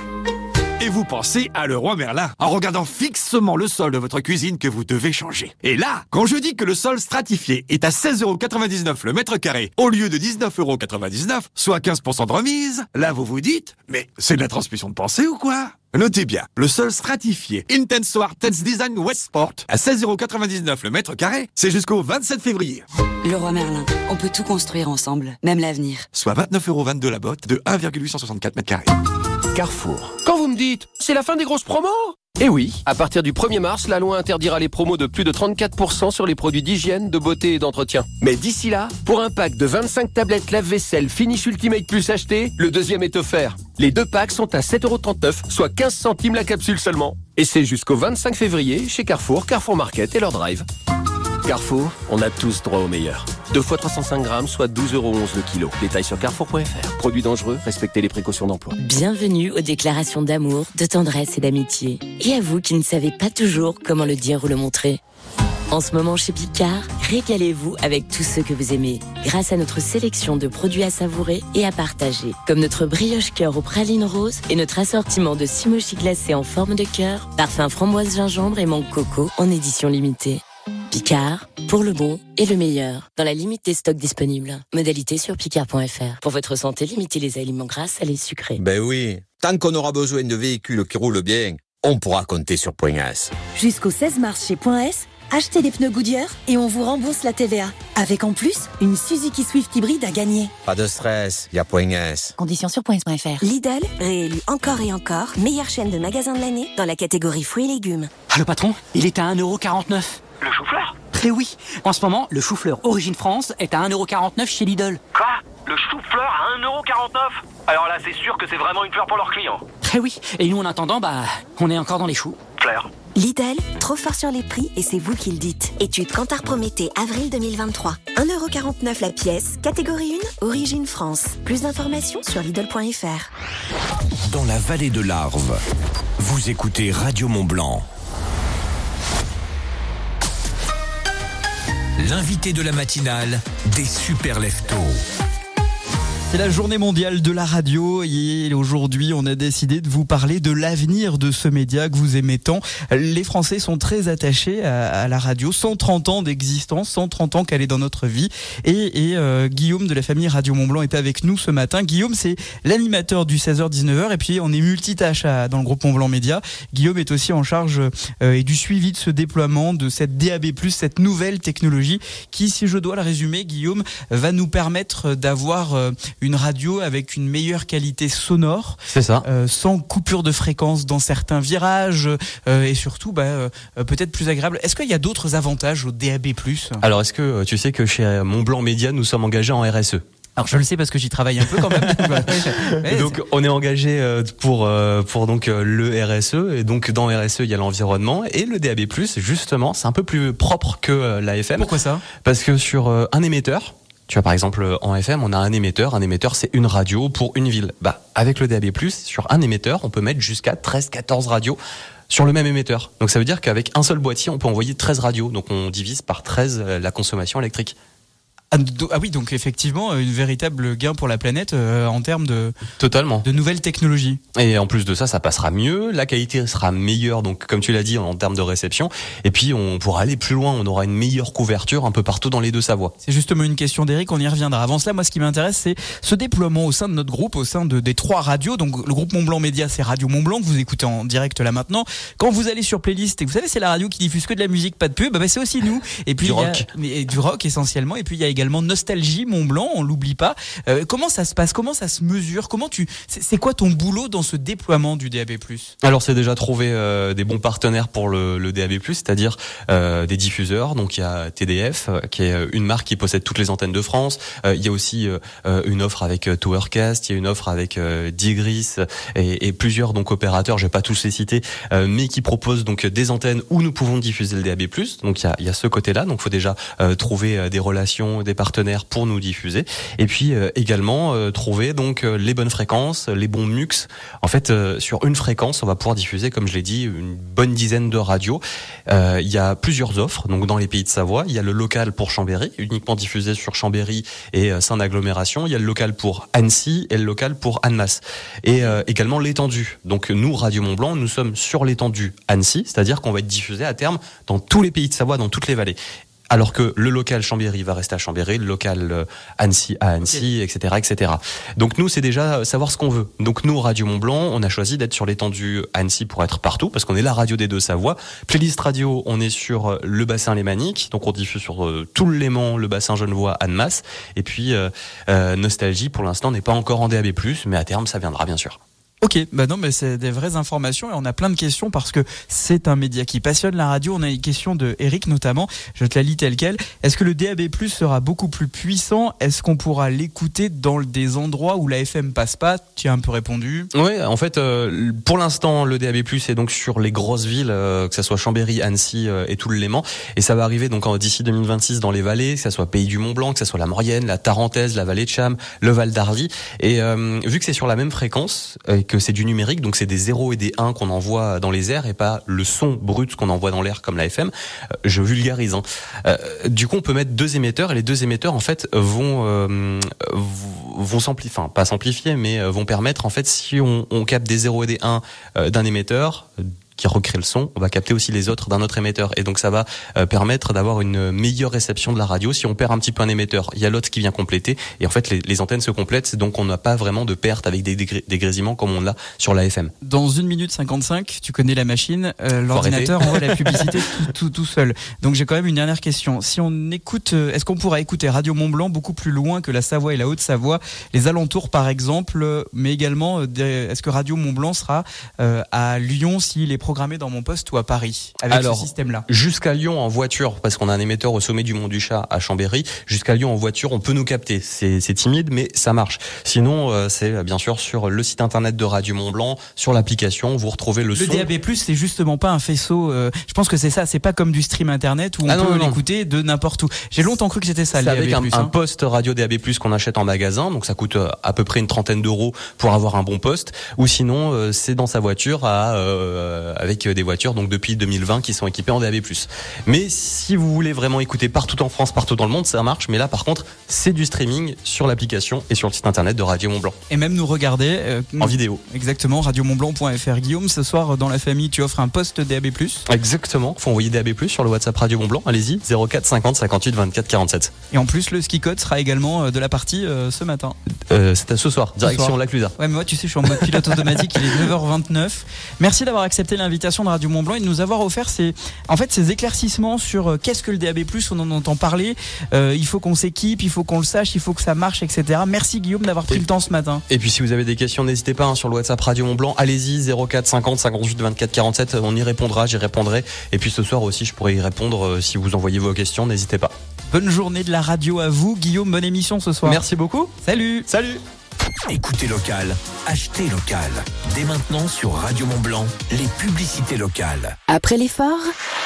Et vous pensez à Leroy Merlin en regardant fixement le sol de votre cuisine que vous devez changer. Et là, quand je dis que le sol stratifié est à seize euros quatre-vingt-dix-neuf le mètre carré au lieu de dix-neuf euros quatre-vingt-dix-neuf, soit quinze pour cent de remise, là vous vous dites, mais c'est de la transmission de pensée ou quoi ? Notez bien, le sol stratifié Intense Art Design Westport à seize euros quatre-vingt-dix-neuf le mètre carré, c'est jusqu'au vingt-sept février. Leroy Merlin, on peut tout construire ensemble, même l'avenir. Soit vingt-neuf euros vingt-deux la botte de un virgule huit cent soixante-quatre mètres carrés. Carrefour. Quand vous me dites, c'est la fin des grosses promos ? Eh oui, à partir du premier mars, la loi interdira les promos de plus de trente-quatre pour cent sur les produits d'hygiène, de beauté et d'entretien. Mais d'ici là, pour un pack de vingt-cinq tablettes lave-vaisselle Finish Ultimate Plus acheté, le deuxième est offert. Les deux packs sont à sept euros trente-neuf, soit quinze centimes la capsule seulement. Et c'est jusqu'au vingt-cinq février chez Carrefour, Carrefour Market et leur drive. Carrefour, on a tous droit au meilleur. deux fois trois cent cinq grammes, soit douze euros onze le kilo. Détail sur carrefour point f r. Produits dangereux, respectez les précautions d'emploi. Bienvenue aux déclarations d'amour, de tendresse et d'amitié. Et à vous qui ne savez pas toujours comment le dire ou le montrer. En ce moment chez Picard, régalez-vous avec tous ceux que vous aimez, grâce à notre sélection de produits à savourer et à partager, comme notre brioche cœur aux pralines roses et notre assortiment de simochi glacés en forme de cœur, parfum framboise gingembre et mangue coco en édition limitée. Picard, pour le bon et le meilleur, dans la limite des stocks disponibles. Modalité sur picard point f r. Pour votre santé, limitez les aliments gras, salés, sucrés. Ben oui, tant qu'on aura besoin de véhicules qui roulent bien, on pourra compter sur Point S. Jusqu'au seize mars chez Point S, achetez des pneus Goodyear et on vous rembourse la T V A. Avec en plus, une Suzuki Swift hybride à gagner. Pas de stress, il y a Point S. Conditions sur point s point f r. Lidl, réélu encore et encore, meilleure chaîne de magasins de l'année dans la catégorie fruits et légumes. Ah, le patron, il est à un euro quarante-neuf. Le chou-fleur ? Eh oui, en ce moment, le chou-fleur Origine France est à un euro quarante-neuf chez Lidl. Quoi ? Le chou-fleur à un euro quarante-neuf ? Alors là, c'est sûr que c'est vraiment une fleur pour leurs clients. Eh oui, et nous en attendant, bah, on est encore dans les choux. Fleur. Lidl, trop fort sur les prix et c'est vous qui le dites. Étude Kantar Prométhée, avril deux mille vingt-trois. un euro quarante-neuf la pièce, catégorie un, Origine France. Plus d'informations sur lidl point f r. Dans la vallée de l'Arve, vous écoutez Radio Mont-Blanc. L'invité de la matinale des super leftos. C'est la journée mondiale de la radio et aujourd'hui on a décidé de vous parler de l'avenir de ce média que vous aimez tant. Les Français sont très attachés à, à la radio, cent trente ans d'existence, cent trente ans qu'elle est dans notre vie. Et, et euh, Guillaume de la famille Radio Mont Blanc est avec nous ce matin. Guillaume, c'est l'animateur du seize heures dix-neuf heures et puis on est multitâche à, dans le groupe Mont Blanc Média. Guillaume est aussi en charge euh, et du suivi de ce déploiement de cette D A B plus, cette nouvelle technologie qui, si je dois le résumer, Guillaume, va nous permettre d'avoir euh, une radio avec une meilleure qualité sonore. C'est ça. Euh, sans coupure de fréquence dans certains virages euh, et surtout bah, euh, peut-être plus agréable. Est-ce qu'il y a d'autres avantages au D A B plus ? Alors est-ce que tu sais que chez Mont Blanc Média nous sommes engagés en R S E ? Alors je le sais parce que j'y travaille un peu quand même. Ouais, donc on est engagé pour pour donc le R S E et donc dans R S E il y a l'environnement et le D A B plus, justement c'est un peu plus propre que la F M. Pourquoi ça ? Parce que sur un émetteur, tu vois, par exemple, en F M, on a un émetteur. Un émetteur, c'est une radio pour une ville. Bah, avec le D A B plus, sur un émetteur, on peut mettre jusqu'à treize quatorze radios sur le même émetteur. Donc ça veut dire qu'avec un seul boîtier, on peut envoyer treize radios. Donc on divise par treize la consommation électrique. Ah oui, donc effectivement, une véritable gain pour la planète euh, en termes de totalement de nouvelles technologies. Et en plus de ça, ça passera mieux, la qualité sera meilleure, donc comme tu l'as dit, en termes de réception. Et puis on pourra aller plus loin, on aura une meilleure couverture un peu partout dans les deux Savoies. C'est justement une question d'Éric, on y reviendra. Avant cela, moi, ce qui m'intéresse, c'est ce déploiement au sein de notre groupe, au sein de des trois radios. Donc le groupe Mont Blanc Média, c'est Radio Mont Blanc que vous écoutez en direct là maintenant. Quand vous allez sur playlist, et vous savez, c'est la radio qui diffuse que de la musique, pas de pub. Bah, c'est aussi nous. Et puis du il y a, rock, et du rock essentiellement. Et puis il y a également Nostalgie Mont Blanc, on l'oublie pas. Euh, comment ça se passe ? Comment ça se mesure ? Comment tu c'est, c'est quoi ton boulot dans ce déploiement du D A B plus ? Alors c'est déjà trouver euh, des bons partenaires pour le, le D A B plus, c'est-à-dire euh, des diffuseurs. Donc il y a T D F, euh, qui est une marque qui possède toutes les antennes de France. Euh, il y a aussi euh, une offre avec euh, Towercast, il y a une offre avec euh, Digris et, et plusieurs donc opérateurs. Je vais pas tous les citer, euh, mais qui proposent donc des antennes où nous pouvons diffuser le D A B plus. Donc il y a, il y a ce côté-là. Donc faut déjà euh, trouver euh, des relations, des partenaires pour nous diffuser et puis euh, également euh, trouver donc euh, les bonnes fréquences, les bons mux. En fait euh, sur une fréquence on va pouvoir diffuser, comme je l'ai dit, une bonne dizaine de radios. Euh, il y a plusieurs offres donc dans les pays de Savoie. Il y a le local pour Chambéry, uniquement diffusé sur Chambéry et euh, Saint-Agglomération. Il y a le local pour Annecy et le local pour Annemasse et euh, également l'étendue. Donc nous Radio Mont Blanc, nous sommes sur l'étendue Annecy, c'est-à-dire qu'on va être diffusé à terme dans tous les pays de Savoie, dans toutes les vallées. Alors que le local Chambéry va rester à Chambéry, le local euh, Annecy à Annecy, okay. et cetera, et cetera. Donc nous, c'est déjà savoir ce qu'on veut. Donc nous, Radio Mont Blanc, on a choisi d'être sur l'étendue Annecy pour être partout, parce qu'on est la radio des deux Savoies. Playlist radio, on est sur le bassin lémanique, donc on diffuse sur euh, tout le Léman, le bassin genevois, Annemasse. Et puis euh, euh, Nostalgie, pour l'instant, n'est pas encore en D A B plus, mais à terme, ça viendra bien sûr. Ok, bah non, mais c'est des vraies informations et on a plein de questions parce que c'est un média qui passionne la radio. On a une question de Eric notamment, je te la lis telle quelle. Est-ce que le D A B plus sera beaucoup plus puissant ? Est-ce qu'on pourra l'écouter dans des endroits où la F M passe pas ? Tu as un peu répondu. Oui, en fait, euh, pour l'instant, le D A B plus est donc sur les grosses villes, euh, que ça soit Chambéry, Annecy euh, et tout le Léman. Et ça va arriver donc en, d'ici deux mille vingt-six dans les vallées, que ça soit Pays du Mont Blanc, que ça soit la Maurienne, la Tarentaise, la vallée de Cham, le Val d'Arly. Et euh, vu que c'est sur la même fréquence, euh, que c'est du numérique, donc c'est des zéros et des un qu'on envoie dans les airs et pas le son brut qu'on envoie dans l'air comme la F M. Euh, je vulgarise. Hein. Euh, du coup, on peut mettre deux émetteurs et les deux émetteurs en fait vont euh, vont s'amplifier, enfin pas s'amplifier, mais vont permettre en fait si on, on capte des zéros et des un euh, d'un émetteur qui recrée le son, on va capter aussi les autres d'un autre émetteur et donc ça va euh, permettre d'avoir une meilleure réception de la radio. Si on perd un petit peu un émetteur, il y a l'autre qui vient compléter et en fait les, les antennes se complètent, donc on n'a pas vraiment de perte avec des dégré- dégrésillements comme on l'a sur la F M. Dans une minute cinquante-cinq, tu connais la machine, euh, l'ordinateur envoie la publicité tout, tout, tout seul. Donc j'ai quand même une dernière question. Si on écoute, euh, est-ce qu'on pourra écouter Radio Mont Blanc beaucoup plus loin que la Savoie et la Haute-Savoie, les alentours par exemple, mais également euh, des, est-ce que Radio Mont Blanc sera euh, à Lyon s'il est programmé dans mon poste ou à Paris avec Alors, ce système-là? Jusqu'à Lyon en voiture, parce qu'on a un émetteur au sommet du Mont du Chat à Chambéry, jusqu'à Lyon en voiture, on peut nous capter. C'est, c'est timide, mais ça marche. Sinon, euh, c'est bien sûr sur le site internet de Radio Mont Blanc, sur l'application, vous retrouvez le, le son. Le D A B plus, c'est justement pas un faisceau. Euh, je pense que c'est ça. C'est pas comme du stream internet où on ah non, peut non, l'écouter de n'importe où. J'ai longtemps cru que c'était ça. C'est le avec D A B plus, un, hein. un poste radio D A B plus qu'on achète en magasin, donc ça coûte à peu près une trentaine d'euros pour avoir un bon poste. Ou sinon, euh, c'est dans sa voiture à euh, euh, avec des voitures donc depuis deux mille vingt qui sont équipées en D A B plus. Mais si vous voulez vraiment écouter partout en France, partout dans le monde, ça marche. Mais là, par contre, c'est du streaming sur l'application et sur le site internet de Radio Mont-Blanc. Et même nous regarder euh, en vidéo. Exactement, radio mont blanc point f r. Guillaume, ce soir dans la famille, tu offres un poste D A B plus. Exactement. Faut envoyer D A B plus sur le WhatsApp Radio Mont-Blanc. Allez-y, zéro quatre cinquante cinquante-huit vingt-quatre quarante-sept. Et en plus, le ski code sera également de la partie euh, ce matin. Euh, c'est à ce soir, direction la Clusa. Ouais, mais moi, tu sais, je suis en mode pilote automatique. Il est neuf heures vingt-neuf. Merci d'avoir accepté l'invitation de Radio Mont-Blanc et de nous avoir offert ces, en fait, ces éclaircissements sur euh, qu'est-ce que le D A B plus. On en entend parler. Euh, il faut qu'on s'équipe, il faut qu'on le sache, il faut que ça marche, et cetera. Merci Guillaume d'avoir pris et, le temps ce matin. Et puis si vous avez des questions, n'hésitez pas hein, sur le WhatsApp Radio Mont-Blanc. Allez-y, zéro quatre cinquante cinquante-huit vingt-quatre quarante-sept. On y répondra, j'y répondrai. Et puis ce soir aussi, je pourrai y répondre euh, si vous envoyez vos questions. N'hésitez pas. Bonne journée de la radio à vous, Guillaume. Bonne émission ce soir. Merci beaucoup. Salut. Salut. Écoutez local, achetez local. Dès maintenant sur Radio Mont-Blanc, les publicités locales. Après l'effort,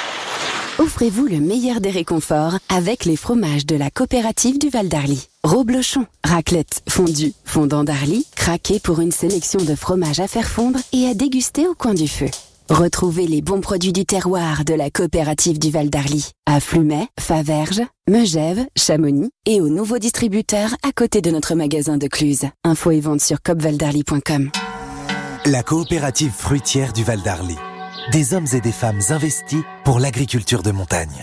offrez-vous le meilleur des réconforts avec les fromages de la coopérative du Val d'Arly. Roblochon, raclette, fondue, fondant d'Arly, craquez pour une sélection de fromages à faire fondre et à déguster au coin du feu. Retrouvez les bons produits du terroir de la coopérative du Val d'Arly à Flumet, Faverges, Megève, Chamonix et aux nouveaux distributeurs à côté de notre magasin de Cluse. Info et vente sur coop val d'arly point com. La coopérative fruitière du Val d'Arly. Des hommes et des femmes investis pour l'agriculture de montagne.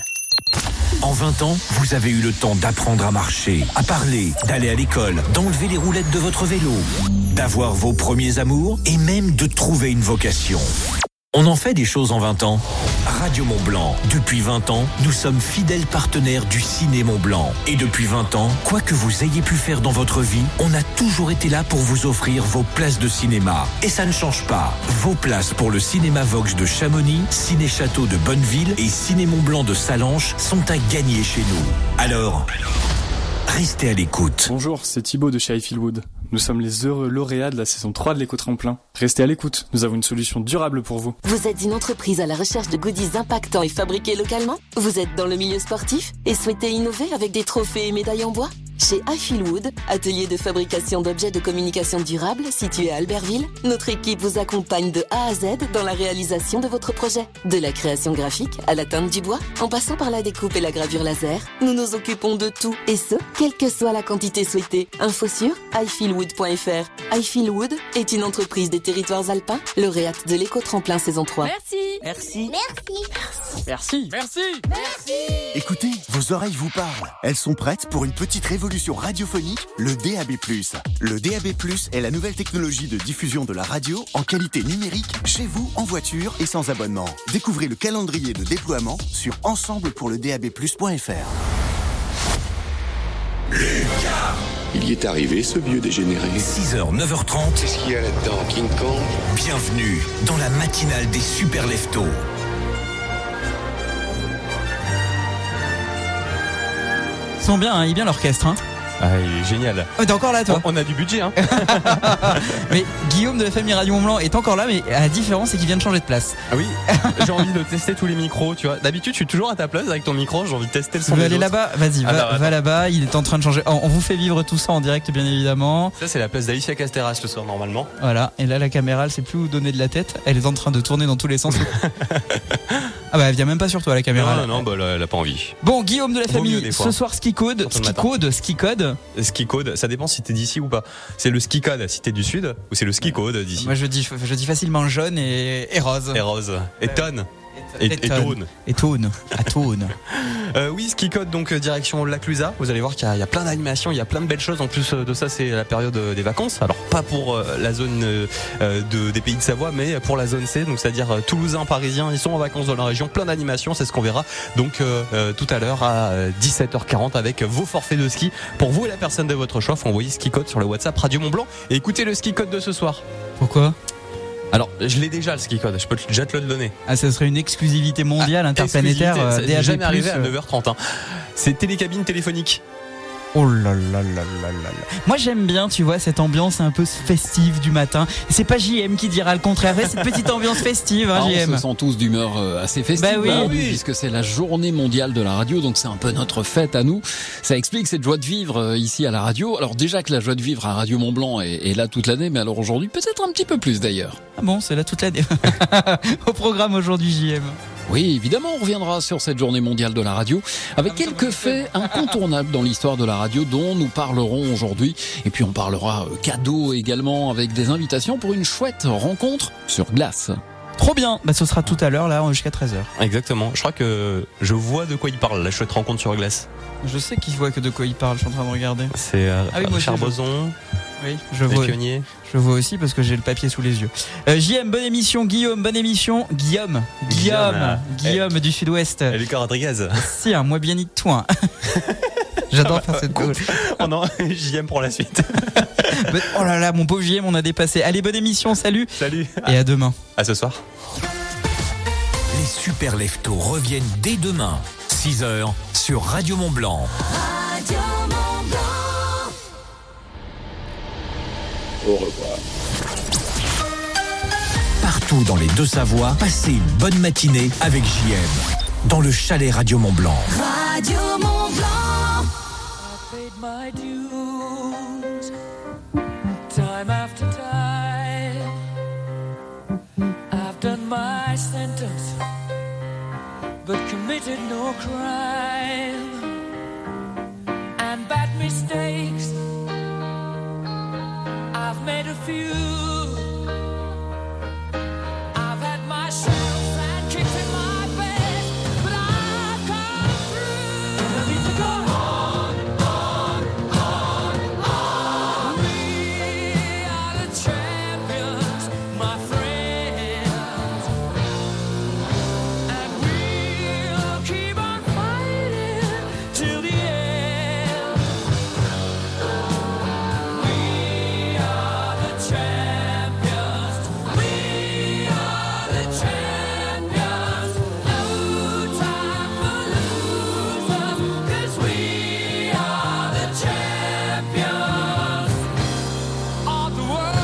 En vingt ans, vous avez eu le temps d'apprendre à marcher, à parler, d'aller à l'école, d'enlever les roulettes de votre vélo, d'avoir vos premiers amours et même de trouver une vocation. On en fait des choses en vingt ans. Radio Mont-Blanc. Depuis vingt ans, nous sommes fidèles partenaires du Ciné Mont-Blanc. Et depuis vingt ans, quoi que vous ayez pu faire dans votre vie, on a toujours été là pour vous offrir vos places de cinéma. Et ça ne change pas. Vos places pour le Cinéma Vox de Chamonix, Ciné Château de Bonneville et Ciné Mont-Blanc de Sallanches sont à gagner chez nous. Alors, restez à l'écoute. Bonjour, c'est Thibaut de chez iFeelwood. Nous sommes les heureux lauréats de la saison trois de l'éco-tremplin. Restez à l'écoute, nous avons une solution durable pour vous. Vous êtes une entreprise à la recherche de goodies impactants et fabriqués localement? Vous êtes dans le milieu sportif et souhaitez innover avec des trophées et médailles en bois? Chez iFeelwood, atelier de fabrication d'objets de communication durable situé à Albertville, notre équipe vous accompagne de A à Z dans la réalisation de votre projet. De la création graphique à la teinte du bois, en passant par la découpe et la gravure laser, nous nous occupons de tout, et ce, quelle que soit la quantité souhaitée. Info sur i feel wood point f r. iFeelwood est une entreprise des territoires alpins, lauréate de l'éco-tremplin saison trois. Merci. Merci. Merci. Merci. Merci. Merci. Écoutez, vos oreilles vous parlent. Elles sont prêtes pour une petite révolution radiophonique, le D A B plus. Le D A B plus est la nouvelle technologie de diffusion de la radio en qualité numérique, chez vous, en voiture et sans abonnement. Découvrez le calendrier de déploiement sur ensemble pour le d a b plus point f r. Lucas! Il y est arrivé, ce vieux dégénéré. six heures, neuf heures trente. Qu'est-ce qu'il y a là-dedans, King Kong? Bienvenue dans la matinale des super leftos. Ils sont bien, hein, il est bien l'orchestre. Hein. Ah, il est génial. Oh, t'es encore là, toi? On, on a du budget, hein. Mais Guillaume de la famille Radio Mont-Blanc est encore là, mais la différence, c'est qu'il vient de changer de place. Ah oui, j'ai envie de tester tous les micros, tu vois. D'habitude, je suis toujours à ta place avec ton micro, j'ai envie de tester le son. Tu veux des aller autres. là-bas? Vas-y, Ah va, bah, va là-bas, il est en train de changer. Oh, on vous fait vivre tout ça en direct, bien évidemment. Ça, c'est la place d'Alicia Casteras ce soir, normalement. Voilà, et là, la caméra, elle sait plus où donner de la tête. Elle est en train de tourner dans tous les sens. Ah bah, elle vient même pas sur toi, la caméra. Non, là. non, non, bah, là, elle a pas envie. Bon, Guillaume de la Vaut famille, mieux, des fois. ce soir, ski code. Surtout le Ski matin. code, ski code. Ski code, ça dépend si t'es d'ici ou pas. C'est le ski code si t'es du sud ou c'est le ski code d'ici. Moi, je dis, je dis facilement jaune et, et rose. Et rose. Et tonne. Et, et tonne. Et tonne. À tonne. Euh, oui, ski code, donc euh, direction la Clusa. Vous allez voir qu'il y a, il y a plein d'animations, il y a plein de belles choses. En plus euh, de ça, c'est la période euh, des vacances. Alors pas pour euh, la zone euh, de, des Pays de Savoie, mais pour la zone C, donc c'est-à-dire euh, Toulousains, Parisiens, ils sont en vacances dans la région. Plein d'animations, c'est ce qu'on verra. Donc euh, euh, tout à l'heure à euh, dix-sept heures quarante avec vos forfaits de ski. Pour vous et la personne de votre choix, faut envoyer ski code sur le WhatsApp Radio Mont-Blanc et écoutez le ski code de ce soir. Pourquoi? Alors, je l'ai déjà le ski code, je peux déjà te le donner. Ah, ça serait une exclusivité mondiale, ah, interplanétaire, exclusivité, euh, ça D A B plus. n'est jamais arrivé à neuf heures trente. Hein. C'est télécabine téléphonique. Oh là là là là là là. Moi j'aime bien, tu vois, cette ambiance un peu festive du matin. C'est pas J M qui dira le contraire, cette petite ambiance festive, hein, ah, J M. On se sent tous d'humeur assez festive, bah oui. hein, oui. puisque c'est la journée mondiale de la radio, donc c'est un peu notre fête à nous. Ça explique cette joie de vivre ici à la radio. Alors déjà que la joie de vivre à Radio Mont-Blanc est, est là toute l'année, mais alors aujourd'hui peut-être un petit peu plus d'ailleurs. Ah bon, c'est là toute l'année. Au programme aujourd'hui, J M. Oui, évidemment, on reviendra sur cette journée mondiale de la radio avec quelques faits incontournables dans l'histoire de la radio dont nous parlerons aujourd'hui. Et puis on parlera cadeaux également avec des invitations pour une chouette rencontre sur glace. Trop bien, bah ce sera tout à l'heure là jusqu'à treize heures. Exactement, je crois que je vois de quoi il parle, la chouette rencontre sur glace. Je sais qu'il voit que de quoi il parle, je suis en train de regarder. C'est euh, ah oui, Richard Boson. Oui, je vois. Pionnier. Je vois aussi parce que j'ai le papier sous les yeux. Euh, J M, bonne émission. Guillaume, bonne émission. Guillaume, Guillaume, Guillaume, Guillaume eh, du Sud-Ouest. Et Lucas Rodriguez. Si, un moi bien dit de toi. J'adore faire cette pause. Oh non, J M pour la suite. Oh là là, mon pauvre J M, on a dépassé. Allez, bonne émission, salut. Salut. Et à demain. À ce soir. Les Super Leftos reviennent dès demain, six heures, sur Radio Mont-Blanc. Radio Mont-Blanc. Au revoir. Partout dans les Deux-Savoies, passez une bonne matinée avec J M. Dans le chalet Radio Mont-Blanc. Radio Mont-Blanc. I paid my dues, time after time. I've done my sentence, but committed no crime. And bad mistakes, I've made a few. I've had my shells and kicked in my face, but I've come through. I need to go on, on, on, on. We are the champions, my friends, and we'll keep on fighting till the end. We are the champions. We are the champions. No time for losers, 'cause we are the champions of the world.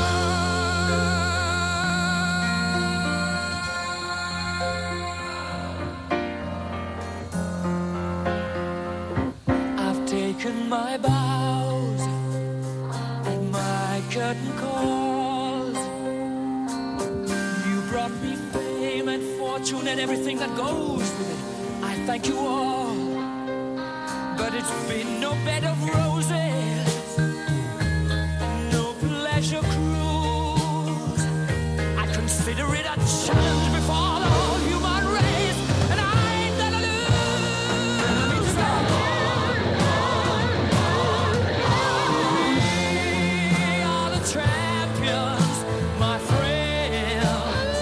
I've taken my bows and my curtain calls. You brought me fame and fortune and everything that goes with it. I thank you all, but it's been no bed of roses, no pleasure cruise. I consider it a challenge before the whole human race, and I ain't gonna lose. We are the champions, my friends,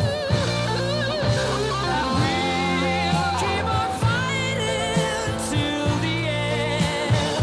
and we'll keep on fighting till the end.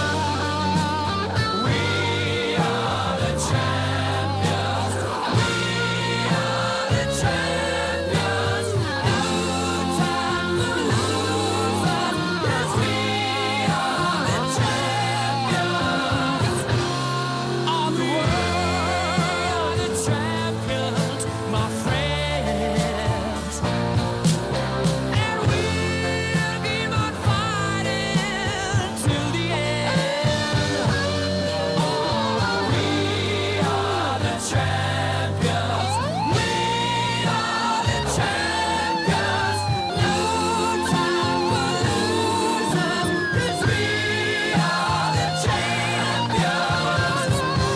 We are the champions. We are the champions. No time for losers, 'cause we are the champions of the world. The champions, my friends, and we'll keep on fighting till the end. Oh, we are the champions. We are the champions. No time for losers, 'cause we are the champions.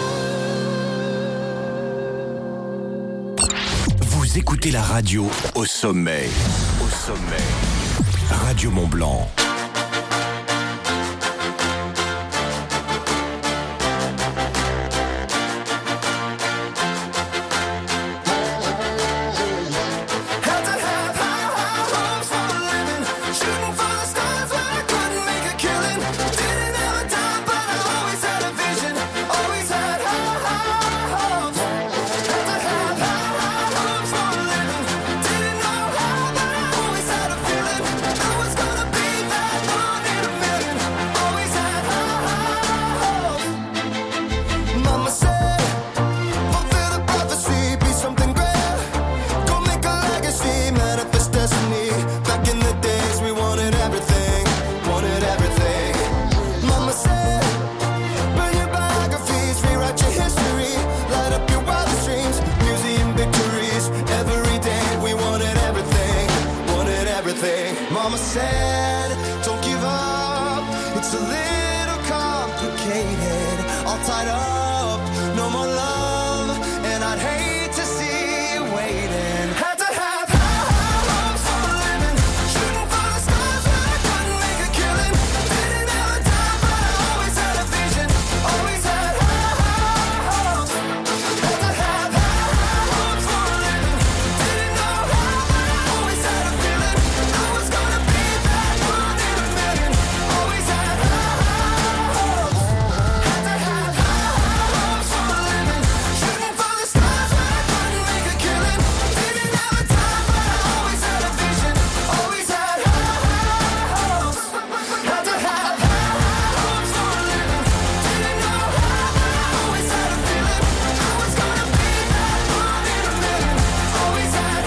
Vous écoutez la radio au sommet. Au sommet. Radio Mont-Blanc. Didn't know how, but I always had a feeling I was gonna be that Mama said, fulfill the prophecy, be something great. Go make a legacy, manifest destiny. Back in the days we wanted everything, wanted everything. Mama said, burn your biographies, rewrite your history, light up your wildest dreams, museum victories. Every day we wanted everything, wanted everything. Mama said, don't give up, it's a little complicated, all tied up, no more love, and I'd hate to see you waiting. Had to have high hopes for a living, shooting for the stars when I couldn't make a killing. Didn't have a dime, but I always had a vision, always had high hopes. Had to have high hopes for a living, didn't know how, but I always had a feeling I was gonna be that one in a million. Always had high hopes. Had to have high hopes for a living, shooting for the stars when I couldn't make a killing. Didn't have a dime, but I always had a vision, always had high hopes. Had to have high hopes for a living, didn't know how, but I always had a feeling I was gonna be that one in a million. Always had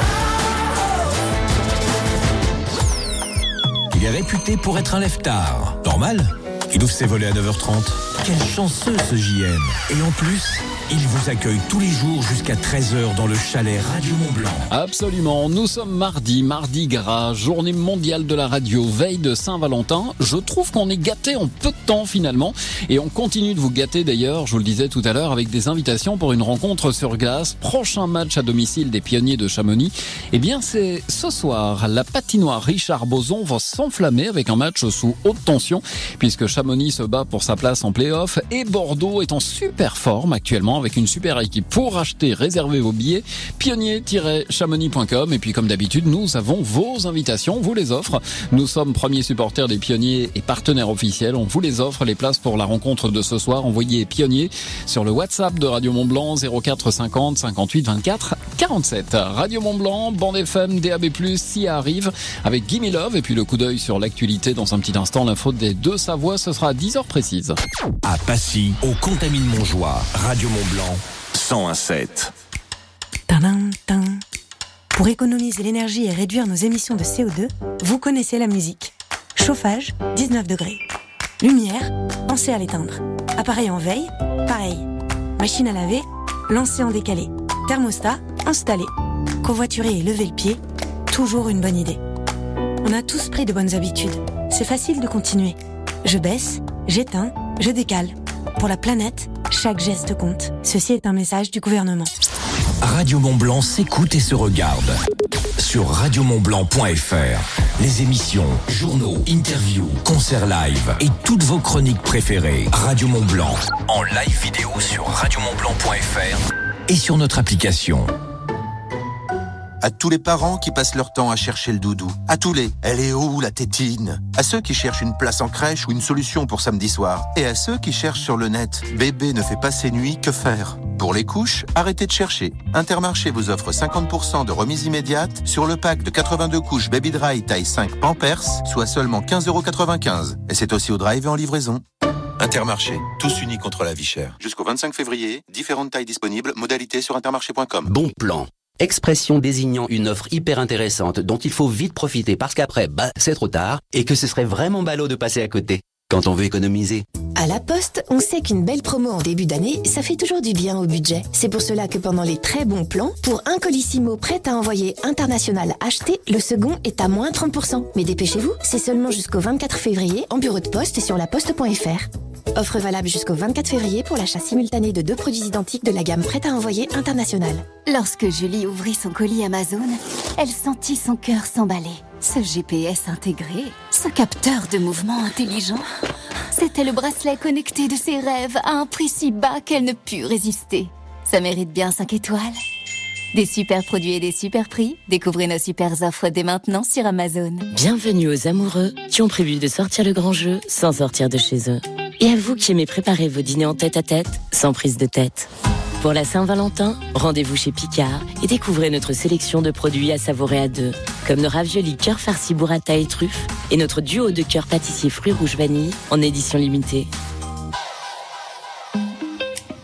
Il est réputé pour être un lève-tard. Normal. Il ouvre ses volets à neuf heures trente. Quel chanceux ce J M. Et en plus, il vous accueille tous les jours jusqu'à treize heures dans le chalet Radio Mont-Blanc. Absolument, nous sommes mardi, mardi gras, journée mondiale de la radio, veille de Saint-Valentin. Je trouve qu'on est gâté en peu de temps finalement, et on continue de vous gâter d'ailleurs, je vous le disais tout à l'heure, avec des invitations pour une rencontre sur glace. Prochain match à domicile des Pionniers de Chamonix, eh bien c'est ce soir. La patinoire Richard Boson va s'enflammer avec un match sous haute tension, puisque Chamonix se bat pour sa place en play-off, et Bordeaux est en super forme actuellement, avec une super équipe. Pour acheter, réservez vos billets, pionnier tiret chamonix point com. Et puis comme d'habitude, nous avons vos invitations, on vous les offre. Nous sommes premiers supporters des Pionniers et partenaires officiels. On vous les offre, les places pour la rencontre de ce soir. Envoyez Pionnier sur le WhatsApp de Radio Mont-Blanc, zéro quatre cinquante cinquante-huit vingt-quatre quarante-sept. Radio Mont-Blanc, bande F M, D A B plus, si arrive avec Gimme Love. Et puis le coup d'œil sur l'actualité dans un petit instant. L'info des deux Savoie, ce sera à dix heures précises. À Passy, au Contamine-Montjoie, Radio Mont-Blanc, cent un sept. Tadam, tadam. Pour économiser l'énergie et réduire nos émissions de C O deux, vous connaissez la musique. Chauffage, dix-neuf degrés. Lumière, pensez à l'éteindre. Appareil en veille, pareil. Machine à laver, lancez en décalé. Thermostat, installé. Covoiturer et lever le pied, toujours une bonne idée. On a tous pris de bonnes habitudes. C'est facile de continuer. Je baisse, j'éteins, je décale. Pour la planète, chaque geste compte. Ceci est un message du gouvernement. Radio Mont-Blanc s'écoute et se regarde sur radio mont blanc point f r. Les émissions, journaux, interviews, concerts live et toutes vos chroniques préférées. Radio Mont-Blanc en live vidéo sur radio mont blanc point f r et sur notre application. À tous les parents qui passent leur temps à chercher le doudou. À tous les « elle est où la tétine ?» À ceux qui cherchent une place en crèche ou une solution pour samedi soir. Et à ceux qui cherchent sur le net « bébé ne fait pas ses nuits, que faire ?» Pour les couches, arrêtez de chercher. Intermarché vous offre cinquante pour cent de remise immédiate sur le pack de quatre-vingt-deux couches Baby Dry taille cinq Pampers, soit seulement quinze euros quatre-vingt-quinze. Et c'est aussi au drive et en livraison. Intermarché, tous unis contre la vie chère. Jusqu'au vingt-cinq février, différentes tailles disponibles, modalités sur intermarché point com. Bon plan. Expression désignant une offre hyper intéressante dont il faut vite profiter parce qu'après, bah, c'est trop tard et que ce serait vraiment ballot de passer à côté quand on veut économiser. À La Poste, on sait qu'une belle promo en début d'année, ça fait toujours du bien au budget. C'est pour cela que pendant les très bons plans, pour un Colissimo prêt à envoyer international acheté, le second est à moins trente pour cent. Mais dépêchez-vous, c'est seulement jusqu'au vingt-quatre février en bureau de poste et sur laposte point f r. Offre valable jusqu'au vingt-quatre février pour l'achat simultané de deux produits identiques de la gamme prête à envoyer internationale. Lorsque Julie ouvrit son colis Amazon, elle sentit son cœur s'emballer. Ce G P S intégré, ce capteur de mouvement intelligent, c'était le bracelet connecté de ses rêves à un prix si bas qu'elle ne put résister. Ça mérite bien cinq étoiles. Des super produits et des super prix. Découvrez nos super offres dès maintenant sur Amazon. Bienvenue aux amoureux qui ont prévu de sortir le grand jeu sans sortir de chez eux. Et à vous qui aimez préparer vos dîners en tête-à-tête, sans prise de tête. Pour la Saint-Valentin, rendez-vous chez Picard et découvrez notre sélection de produits à savourer à deux, comme nos raviolis cœur farci burrata et truffes et notre duo de cœur pâtissier fruits rouges vanille en édition limitée.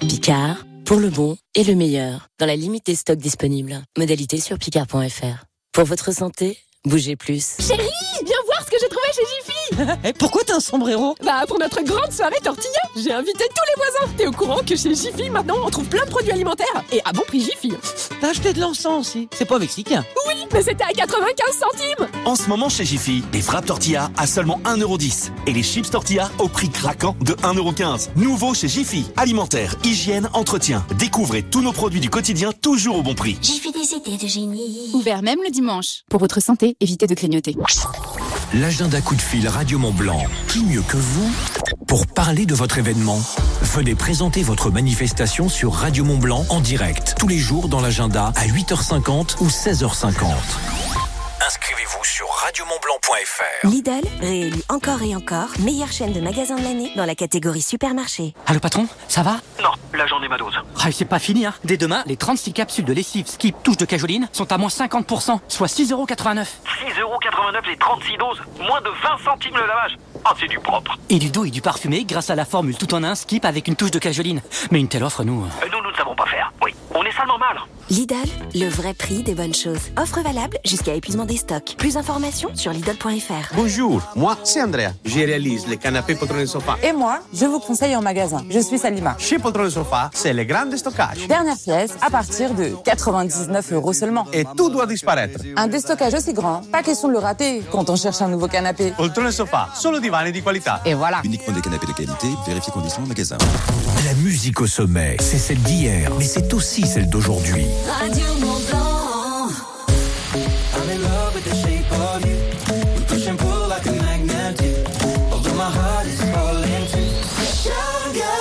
Picard, pour le bon et le meilleur, dans la limite des stocks disponibles. Modalité sur picard point f r. Pour votre santé, bougez plus. Chérie, viens voir ce que j'ai trouvé chez Jiffy. Et pourquoi t'as un sombrero? Bah pour notre grande soirée tortilla, j'ai invité tous les voisins. T'es au courant que chez Jiffy maintenant on trouve plein de produits alimentaires et à bon prix Jiffy. T'as acheté de l'encens aussi? C'est pas mexicain? Oui, mais c'était à quatre-vingt-quinze centimes. En ce moment chez Jiffy, les frappes tortilla à seulement un euro dix et les chips tortilla au prix craquant de un euro quinze. Nouveau chez Jiffy, alimentaire, hygiène, entretien. Découvrez tous nos produits du quotidien toujours au bon prix. Jiffy des idées de génie. Ouvert même le dimanche. Pour votre santé, évitez de grignoter. L'agenda coup de fil Radio Mont Blanc. Qui mieux que vous pour parler de votre événement? Venez présenter votre manifestation sur Radio Mont Blanc en direct tous les jours dans l'agenda à huit heures cinquante ou seize heures cinquante. Inscrivez-vous sur radio mont blanc point f r. Lidl, réélu encore et encore, meilleure chaîne de magasins de l'année dans la catégorie supermarché. Allô patron, ça va? Non, là j'en ai ma dose. Ah, c'est pas fini, hein. Dès demain, les trente-six capsules de lessive Skip touche de cajoline sont à moins cinquante pour cent, soit six euros quatre-vingt-neuf. six euros quatre-vingt-neuf les trente-six doses, moins de vingt centimes le lavage. Ah, c'est du propre. Et du doux et du parfumé grâce à la formule tout en un Skip avec une touche de cajoline. Mais une telle offre, nous... Euh, nous, nous ne savons pas faire. Oui, on est salement mal. Lidl, le vrai prix des bonnes choses. Offre valable jusqu'à épuisement des stocks. Plus d'informations sur lidl point f r. Bonjour, moi c'est Andrea. Je réalise les canapés Poltrone Sofa. Et moi, je vous conseille en magasin. Je suis Salima. Chez Poltrone Sofa, c'est le grand stockage. Dernière pièce à partir de quatre-vingt-dix-neuf euros seulement. Et tout doit disparaître. Un déstockage aussi grand, pas question de le rater quand on cherche un nouveau canapé. Poltrone Sofa, solo divani di qualità. Et voilà. Uniquement des canapés de qualité, vérifiez conditions en magasin. La musique au sommet, c'est celle d'hier, mais c'est aussi celle d'aujourd'hui. Radio Mont Blanc. I'm in love with the shape of you. We push and pull like a magnet do. Although my heart is falling too. Sugar,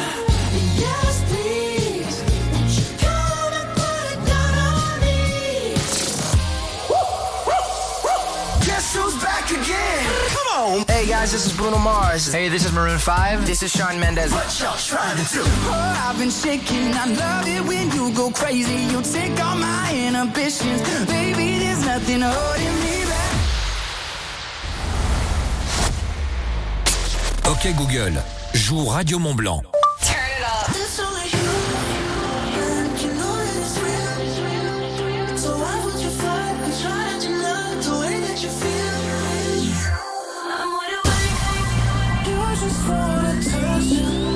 yes please. Won't you come and put it down on me? Guess who's back again? Come on! Hey guys, this is Bruno Mars. Hey, this is Maroon five. This is Shawn Mendes. What y'all trying to do? Oh, I've been shaking. I love it when you go crazy. You take all my inhibitions. Baby, there's nothing holding me back. Ok Google, joue Radio Mont Blanc. Turn it up. It's only you, and you know that it's real. So why would you fight and try to love the way that you feel? I'm wide awake. You just wanna touch you.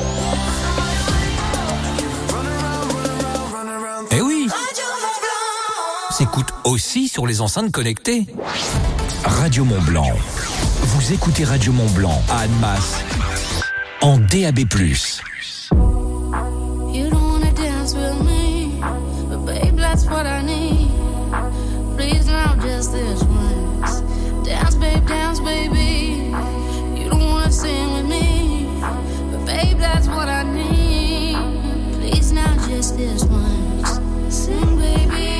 Run around, run around, run around. Eh oui, Radio Mont Blanc. s'écoute aussi sur les enceintes connectées. Radio Mont Blanc. Vous écoutez Radio Mont Blanc à Annemasse en D A B plus. You don't wanna dance with me, but babe, that's what I need. Please now, just this once. Dance, babe, dance, baby. You don't wanna sing with me, but babe, that's what I need. Please now, just this once. Sing, baby.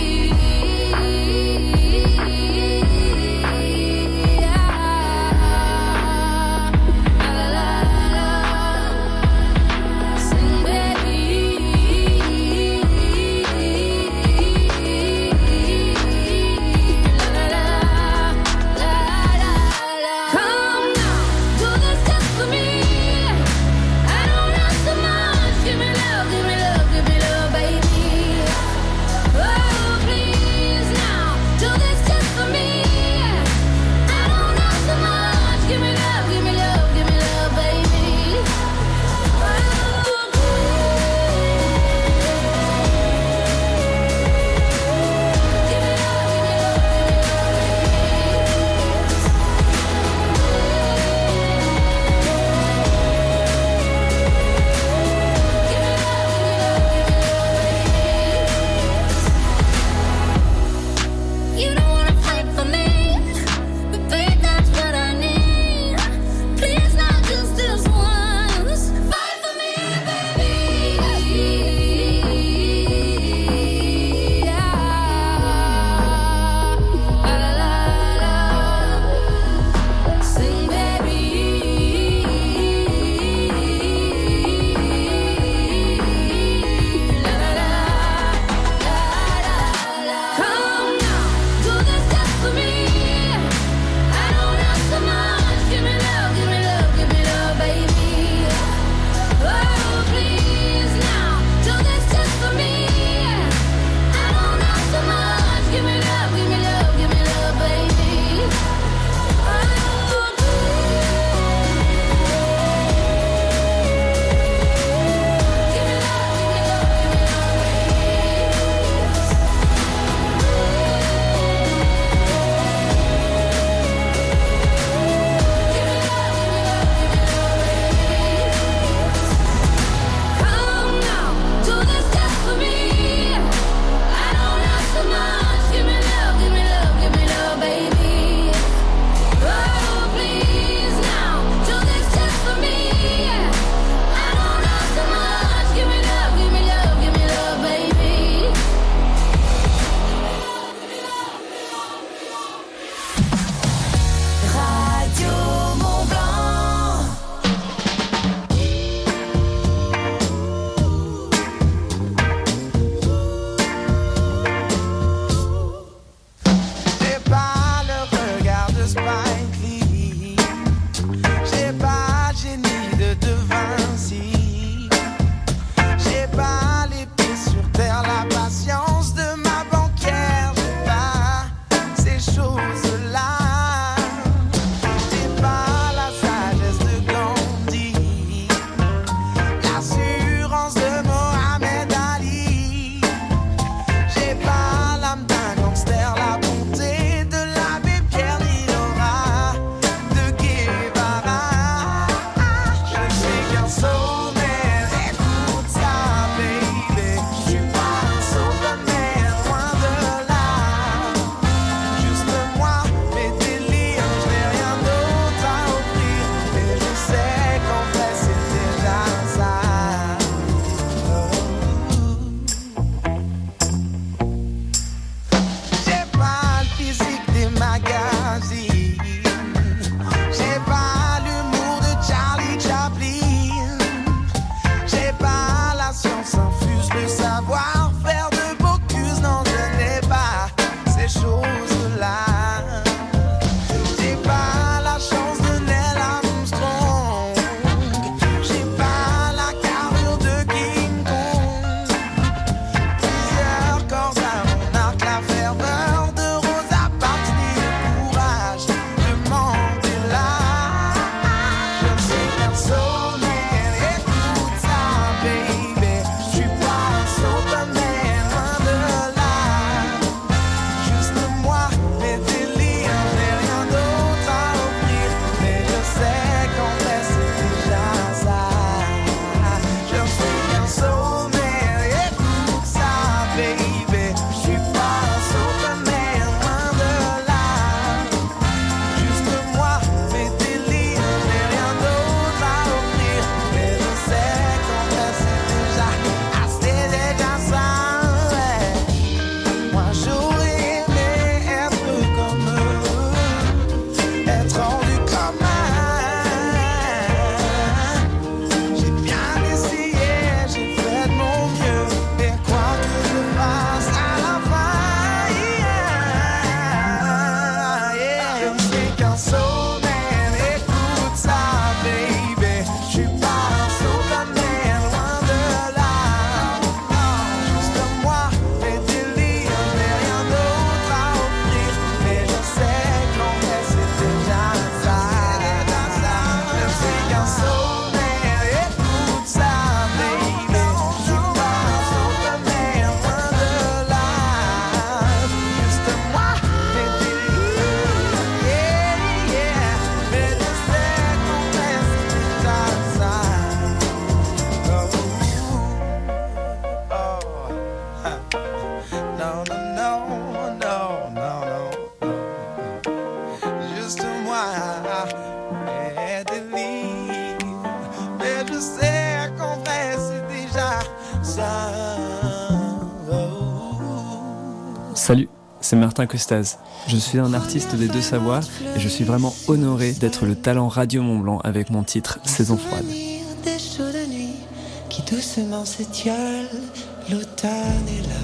Salut, c'est Martin Costaz. Je suis un artiste des Deux Savoies et je suis vraiment honoré d'être le talent Radio Mont-Blanc avec mon titre Saison froide. Des chauds de nuit qui doucement s'étiolent, l'automne est là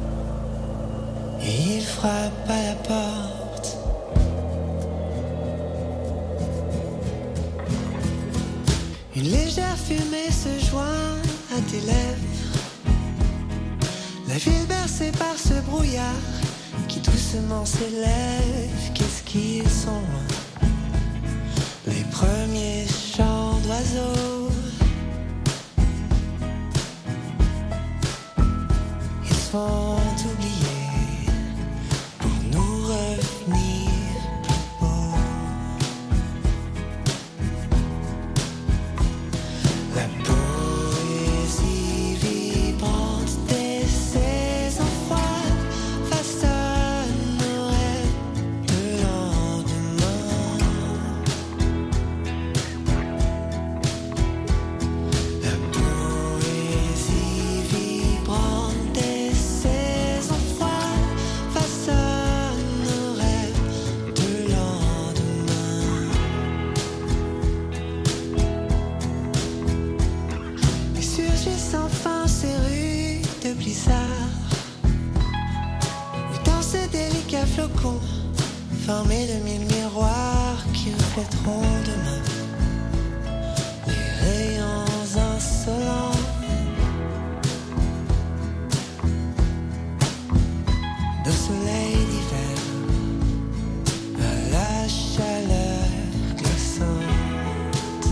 et il frappe à la porte. Une légère fumée se joint à tes lèvres. La ville bercée par ce brouillard qui doucement s'élève. Qu'est-ce qu'ils sont loin, les premiers chants d'oiseaux. Ils sont oubliés pour nous revenir plus beaux. La poésie vibrante des saisons froides façonne nos rêves de lendemain. La poésie vibrante des saisons froides façonne nos rêves de lendemain. Et surgissent enfin ces rues de blizzard, où dans ces délicats flocons formés de mille miroirs qui reflèteront demain les rayons insolents de soleil d'hiver à la chaleur glaçante.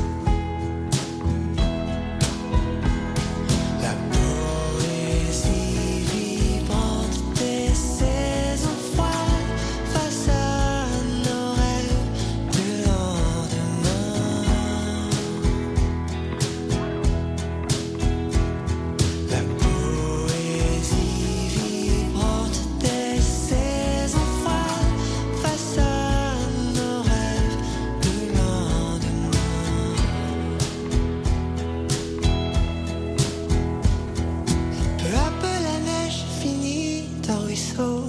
La poésie vibrante des saisons froides façonne nos rêves du lendemain. La poésie vibrante des saisons froides façonne nos rêves du lendemain. Peu à peu la neige finit en ruisseau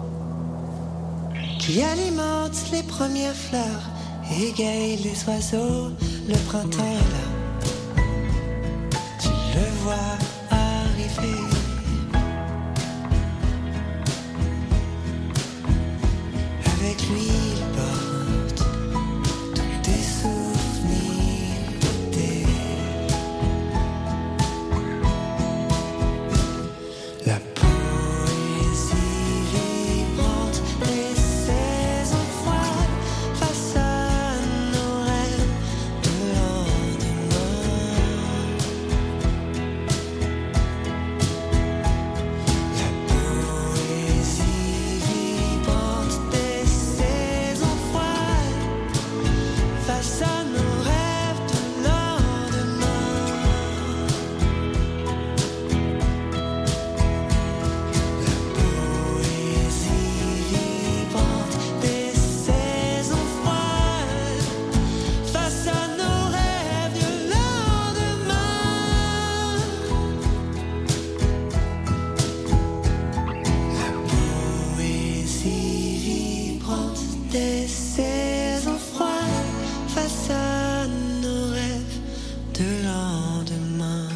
qui alimente les premières fleurs, égaye les oiseaux. Le printemps est là, tu le vois arriver. Avec lui il porte tous tes souvenirs d'été. La poésie vibrante des saisons froides façonne nos rêves de lendemain. La poésie vibrante des saisons froides façonne nos rêves de lendemain. Poésie vibrante des saisons froides façonne nos rêves du lendemain. La poésie vibrante des saisons froides façonne nos rêves de lendemain.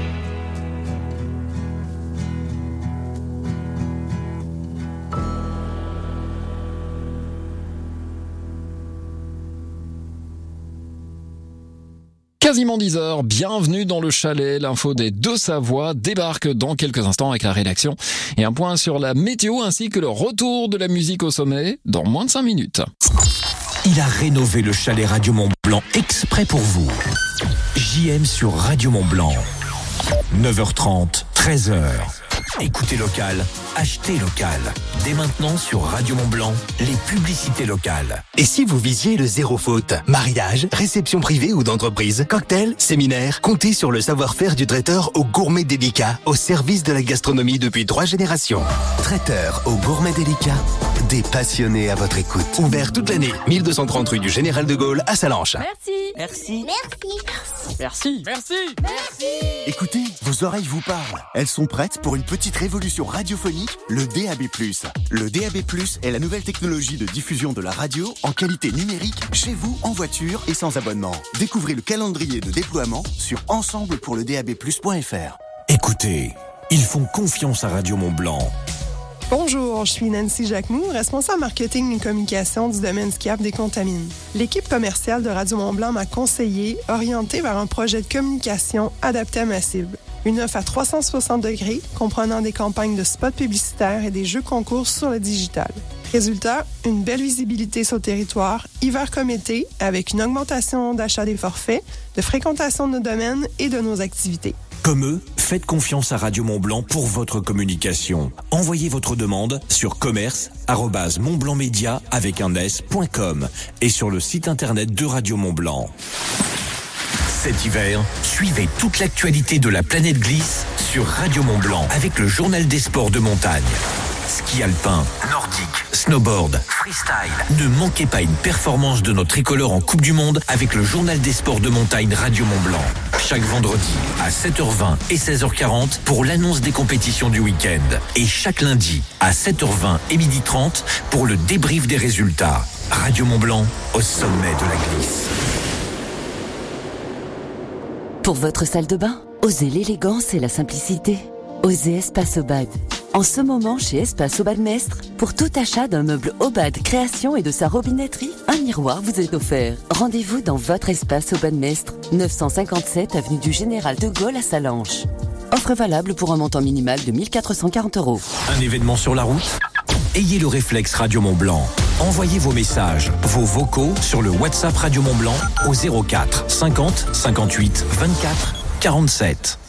Quasiment dix heures, bienvenue dans le chalet. L'info des Deux Savoies débarque dans quelques instants avec la rédaction et un point sur la météo ainsi que le retour de la musique au sommet dans moins de cinq minutes. Il a rénové le chalet Radio Mont-Blanc exprès pour vous. J M sur Radio Mont-Blanc. neuf heures trente, treize heures. Écoutez local, achetez local. Dès maintenant sur Radio Mont-Blanc, les publicités locales. Et si vous visiez le zéro faute? Mariage, réception privée ou d'entreprise, cocktail, séminaire, comptez sur le savoir-faire du traiteur au gourmet délicat, au service de la gastronomie depuis trois générations. Traiteur au gourmet délicat, des passionnés à votre écoute. Ouvert toute l'année, mille deux cent trente rue du Général de Gaulle à Salanches. Merci. Merci. Merci. Merci. Merci. Merci. Écoutez, vos oreilles vous parlent. Elles sont prêtes pour une petite révolution radiophonique, le D A B plus. Le D A B plus est la nouvelle technologie de diffusion de la radio en qualité numérique chez vous, en voiture et sans abonnement. Découvrez le calendrier de déploiement sur ensemble pour le D A B plus point F R. Écoutez, ils font confiance à Radio Mont-Blanc. Bonjour, je suis Nancy Jacquemou, responsable marketing et communication du domaine skiable des Contamines. L'équipe commerciale de Radio Mont-Blanc m'a conseillé, orienté vers un projet de communication adapté à ma cible. Une offre à trois cent soixante degrés, comprenant des campagnes de spots publicitaires et des jeux concours sur le digital. Résultat, une belle visibilité sur le territoire, hiver comme été, avec une augmentation d'achat des forfaits, de fréquentation de nos domaines et de nos activités. Comme eux, faites confiance à Radio Mont-Blanc pour votre communication. Envoyez votre demande sur commerce arobase montblancmedia avec un s point com et sur le site internet de Radio Mont-Blanc. Cet hiver, suivez toute l'actualité de la planète glisse sur Radio Mont-Blanc avec le journal des sports de montagne. Ski alpin, nordique, snowboard, freestyle. Ne manquez pas une performance de notre tricolore en Coupe du Monde avec le journal des sports de montagne Radio Mont-Blanc. Chaque vendredi à sept heures vingt et seize heures quarante pour l'annonce des compétitions du week-end. Et chaque lundi à sept heures vingt et midi trente pour le débrief des résultats. Radio Mont-Blanc au sommet de la glisse. Pour votre salle de bain, osez l'élégance et la simplicité. Osez Espace Obad. En ce moment, chez Espace Obad Mestre, pour tout achat d'un meuble Obad Création et de sa robinetterie, un miroir vous est offert. Rendez-vous dans votre Espace Obad Mestre, neuf cent cinquante-sept avenue du Général de Gaulle à Salanches. Offre valable pour un montant minimal de mille quatre cent quarante euros. Un événement sur la route ? Ayez le réflexe Radio Mont-Blanc. Envoyez vos messages, vos vocaux sur le WhatsApp Radio Mont-Blanc au zéro quatre cinquante cinquante-huit vingt-quatre quarante-sept.